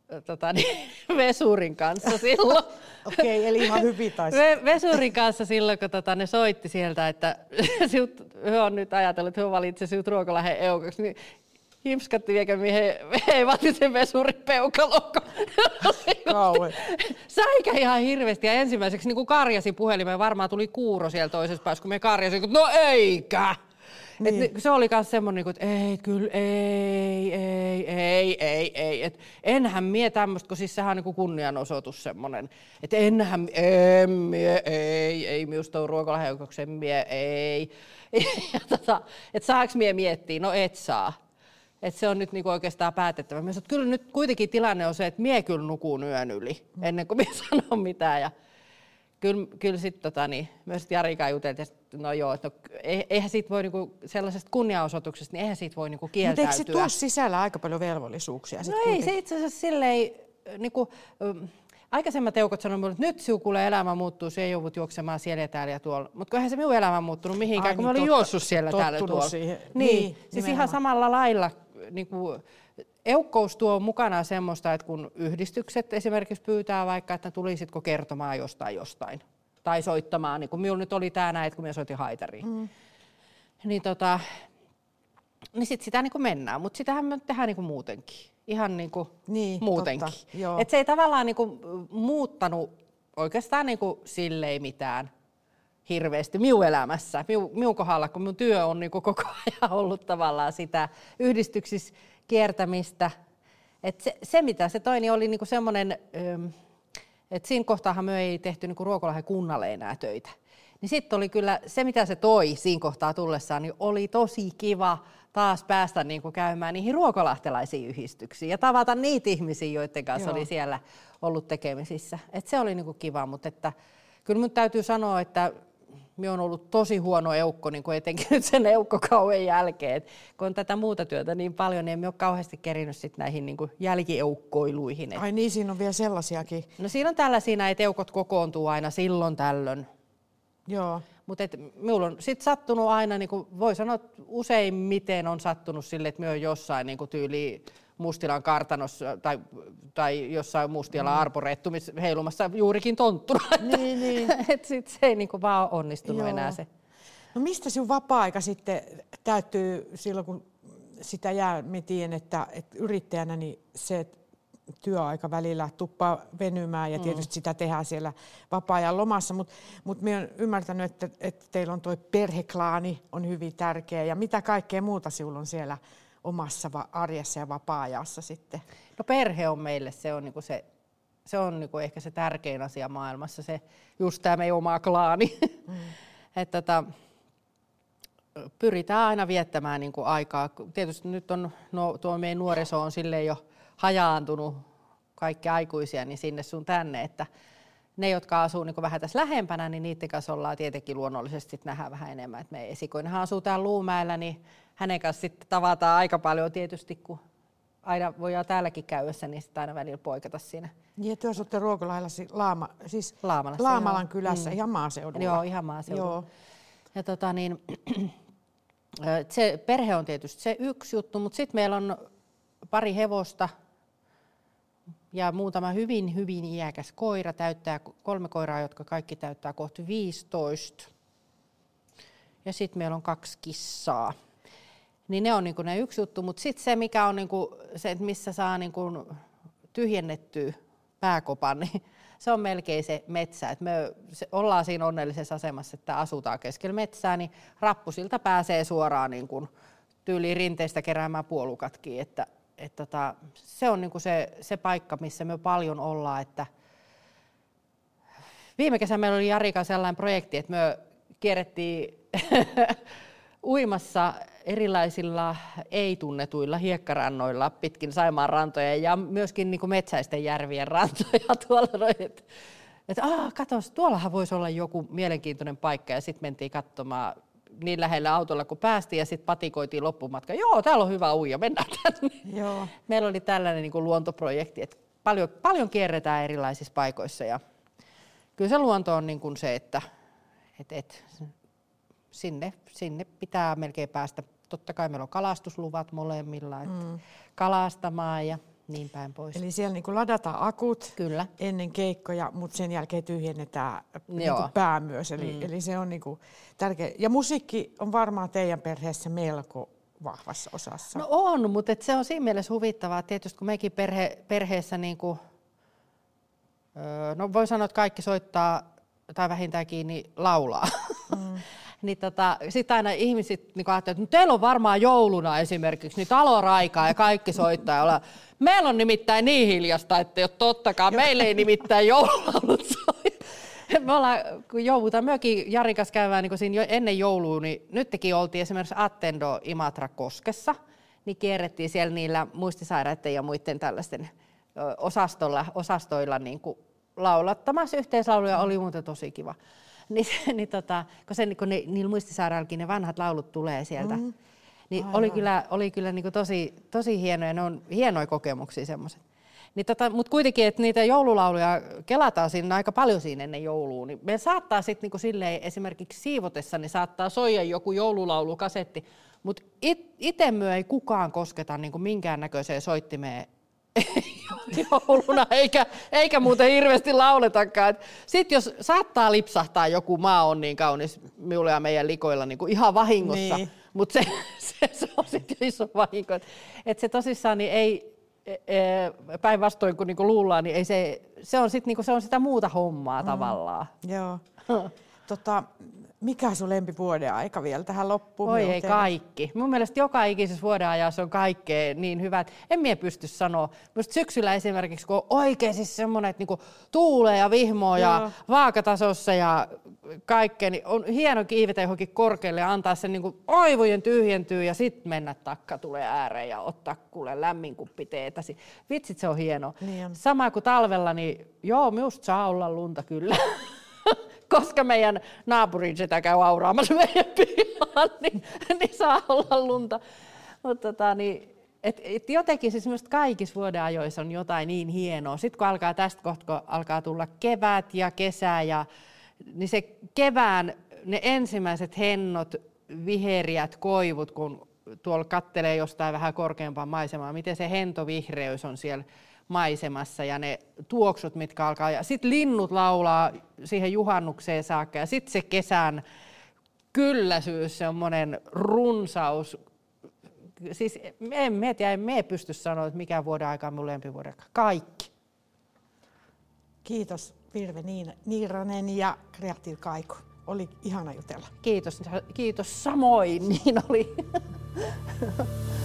tota, niin, vesurin kanssa silloin. Okei, okay, eli ihan hyvin taisi. Vesurin kanssa silloin, kun tota, ne soitti sieltä, että he on nyt ajatellut, että he valitsivat sinut Ruokolahden eukoksi, niin himskatti viekö he, he vaatii sen vesurin peukalon. Säikä ihan hirveästi ja ensimmäiseksi niin kun karjasi puhelimeen, varmaan tuli kuuro siellä toisessa päässä, kun me karjasin, että no eikä. Niin. Et se oli myös semmoinen, että ei, kyllä, ei, ei, ei, ei, ei. Et enhän mie tämmöistä, kun siis sehän on niin kunnianosoitus semmoinen, että enhän, en mie, ei, ei, minusta on Ruokolahden eukoksen mie, ei. Ja tota, että saaks mie miettiä? No et saa. Että se on nyt niinku oikeastaan päätettävä. Mä sanoin, että kyllä nyt kuitenkin tilanne on se, että mie kyllä nukun yön yli, ennen kuin mie sanon mitään. Ja kyllä, kyllä sitten tota, niin, myös Jarikaan juteltiin, että no joo, että no, eihän siitä voi niinku, sellaisesta kunnianosoituksesta, niin eihän siitä voi niinku kieltäytyä. Mutta eikö se tuo sisällä aika paljon velvollisuuksia? No ei, se itse asiassa silleen, niinku, aikaisemmat eukot sanoivat, että nyt sinun kuulee elämä muuttuu, se ei joudut juoksemaan siellä ja täällä ja tuolla. Mutta eihän se minun elämä muuttunut mihinkään, Ai, kun niin, mä olin totta, juossut siellä täällä tuolla. Siihen. Niin, niin siis nimenomaan. Ihan samalla lailla. Niin kuin, eukkous tuo mukanaan semmoista, että kun yhdistykset esimerkiksi pyytää vaikka, että tulisitko kertomaan jostain jostain. Tai soittamaan, niin kuin minulla nyt oli tää näin, kun minä soitin haitariin. Mm. Niin, tota, niin sitten sitä niin kuin mennään, mutta sitähän me tehdään niin kuin muutenkin. Ihan niin kuin niin, muutenkin. Et se ei tavallaan niin kuin muuttanut oikeastaan niin kuin silleen mitään hirveästi minun elämässä, minun, minun kohdalla, kun minun työ on niin kuin koko ajan ollut tavallaan sitä yhdistyksissä kiertämistä. Et se, se, mitä se toi, niin oli niin kuin semmoinen, että siinä kohtaahan me ei tehty niin kuin Ruokolahden kunnalle enää töitä. Niin sitten oli kyllä se, mitä se toi siinä kohtaa tullessaan, niin oli tosi kiva taas päästä niin kuin käymään niihin ruokolahtelaisiin yhdistyksiin ja tavata niitä ihmisiä, joiden kanssa Joo. oli siellä ollut tekemisissä. Et se oli niin kuin kiva, mutta että, kyllä minun täytyy sanoa, että minä olen ollut tosi huono eukko, niin kuin etenkin nyt sen eukkokauden jälkeen. Et kun on tätä muuta työtä niin paljon, niin en ole kauheasti kerinyt sit näihin niin kuin jälkieukkoiluihin. Ai niin, siinä on vielä sellaisiakin. No siinä on tällaisia, että eukot kokoontuu aina silloin tällöin. Joo. Mutta minulla on sitten sattunut aina, niin kuin voi sanoa, että useimmiten on sattunut sille, että minä olen jossain niin kuin tyyliin Mustilan kartanossa tai, tai jossain Mustialan mm. arboreettumissa heilumassa juurikin tonttuna. Niin, niin. Että sitten se ei niin kuin vaan onnistunut Joo. enää se. No mistä sinun vapaa-aika sitten täytyy silloin, kun sitä jää, minä tiedän, että, että yrittäjänä niin se työaika välillä tuppaa venymään ja tietysti mm. sitä tehdään siellä vapaa-ajan lomassa, mutta mut minä olen ymmärtänyt, että, että teillä on tuo perheklaani on hyvin tärkeä ja mitä kaikkea muuta sinulla on siellä omassa arjessa ja vapaa-ajassa sitten? No perhe on meille, se on, niinku se, se on niinku ehkä se tärkein asia maailmassa, se just tämä meidän oma klaani. Mm. että tota, pyritään aina viettämään niinku aikaa. Tietysti nyt on, no, tuo meidän nuoriso on silleen jo hajaantunut, kaikki aikuisia, niin sinne sun tänne, että ne, jotka asuu niin vähän tässä lähempänä, niin niiden kanssa ollaan tietenkin luonnollisesti sit nähdään vähän enemmän. Et meidän esikoinenhan asuu täällä Luumäellä, niin hänen kanssa sitten tavataan aika paljon tietysti, kun aina voidaan täälläkin käydessä, niin sitten aina välillä poikata siinä. Niin, että jos olette Ruokolahdella, Laama, siis Laamalassa, Laamalan joo. kylässä, mm. ihan maaseudulla. Joo, ihan maaseudulla. Joo. Ja tota niin, se perhe on tietysti se yksi juttu, mutta sitten meillä on pari hevosta, ja muutama hyvin, hyvin iäkäs koira, täyttää kolme koiraa, jotka kaikki täyttää kohti viisitoista. Ja sitten meillä on kaksi kissaa. Niin ne on niinku ne yksi juttu, mutta sitten se, mikä on niinku se, että missä saa niinku tyhjennettyä pääkopan, niin se on melkein se metsä. Et me se, ollaan siinä onnellisessa asemassa, että asutaan keskellä metsää, niin rappusilta pääsee suoraan niinku tyyliin rinteistä keräämään puolukatkin, että Et tota, se on niinku se, se paikka, missä me paljon ollaan. Että viime kesänä meillä oli Jarikan sellainen projekti, että me kierrettiin uimassa erilaisilla ei-tunnetuilla hiekkarannoilla pitkin Saimaan rantoja ja myöskin niinku metsäisten järvien rantoja tuolla. Että et, aah, katos, tuollahan voisi olla joku mielenkiintoinen paikka ja sitten mentiin katsomaan niin lähellä autolla kun päästiin ja sitten patikoitiin loppumatka. Joo, täällä on hyvä uija, mennään tänne. Joo. Meillä oli tällainen niin kuin luontoprojekti, että paljon, paljon kierretään erilaisissa paikoissa ja kyllä se luonto on niin kuin se, että et, et, sinne, sinne pitää melkein päästä. Totta kai meillä on kalastusluvat molemmilla, että mm. kalastamaan ja niin päin pois. Eli siellä niinku ladataan akut Kyllä. ennen keikkoja, mutta sen jälkeen tyhjennetään niinku Joo. pää myös. Eli, Mm. eli se on niinku tärkeä. Ja musiikki on varmaan teidän perheessä melko vahvassa osassa. No on, mutta et se on siinä mielessä huvittavaa. Tietysti kun mekin perhe, perheessä, niinku, öö, no voi sanoa, että kaikki soittaa tai vähintäänkin niin laulaa. Mm. niin tota, sitten aina ihmiset niin ajattelevat, että no teillä on varmaan jouluna esimerkiksi niin talo raikaa ja kaikki soittaa. Ja olla. Meillä on nimittäin niin hiljasta, että ei ole tottakaan. Meillä ei nimittäin joululaulut soi. Me ollaan, kun joudutaan myökin Jarin kanssa käymään niin siinä jo ennen joulua, niin nytkin oltiin esimerkiksi Attendo Imatra Koskessa, niin kierrettiin siellä niillä muistisairaiden ja muiden tällaisten osastolla, osastoilla niin kuin laulattamassa yhteislauluja, oli muuten tosi kiva. Niin, niin tota, kun, se, kun ne, niillä muistisairaillakin ne vanhat laulut tulee sieltä, mm. niin Aivan. oli kyllä, oli kyllä niin kuin tosi, tosi hienoja, ne on hienoja kokemuksia semmoiset. Niin tota, mutta kuitenkin, että niitä joululauluja kelataan siinä aika paljon siinä ennen joulua, niin me saattaa sitten niinku silleen esimerkiksi siivotessa, niin saattaa soija joku joululaulukasetti, mutta it, itse myö ei kukaan kosketa niinku minkäännäköiseen soittimeen jouluna, eikä, eikä muuten hirveästi lauletakaan. Sitten jos saattaa lipsahtaa joku Maa on niin kaunis minulle ja meidän likoilla niinku ihan vahingossa, niin. mutta se, se, se on sitten iso vahinko. Että et se tosissaan niin ei... päinvastoin kuin niinku luullaan, niin ei se, se, on sit niinku, se on sitä muuta hommaa mm. tavallaan. Joo. tota, mikä sun lempivuoden aika vielä tähän loppuun? Oi ei kaikki. Mun mielestä joka ikisessä vuodenajassa on kaikkea niin hyvä, että en minä pysty sanoa. Minusta syksyllä esimerkiksi, kun on oikein siis semmoinen, että niinku tuulee ja vihmoo ja vaakatasossa ja kaikkea, niin on hieno kiivetä johonkin korkealle ja antaa sen niinku aivojen tyhjentyä ja sitten mennä takka tulee ääreen ja ottaa kuule lämmin kuppi teetäsi. Vitsit, se on hieno. Niin. Sama kuin talvella, niin joo, minusta saa olla lunta kyllä. Koska meidän naapurin sitä käy auraamassa meidän pihaan, niin, niin saa olla lunta. Mutta tota, niin, et, et jotenkin siis minusta kaikissa vuodenajoissa on jotain niin hienoa. Sitten kun alkaa tästä kohta, kun alkaa tulla kevät ja kesä, ja, niin se kevään ne ensimmäiset hennot, viheriät koivut, kun tuolla kattelee jostain vähän korkeampaa maisemaa, miten se hentovihreys on siellä maisemassa ja ne tuoksut, mitkä alkaa. Ja sitten linnut laulaa siihen juhannukseen saakka ja sitten se kesän kylläisyys, semmoinen runsaus. Siis en mietiä, en me pysty sanoa, että mikä vuoden aika on mun lempivuoden aika. Kaikki. Kiitos Virve Niiranen ja Creative Kaiku. Oli ihana jutella. Kiitos, kiitos samoin, niin oli.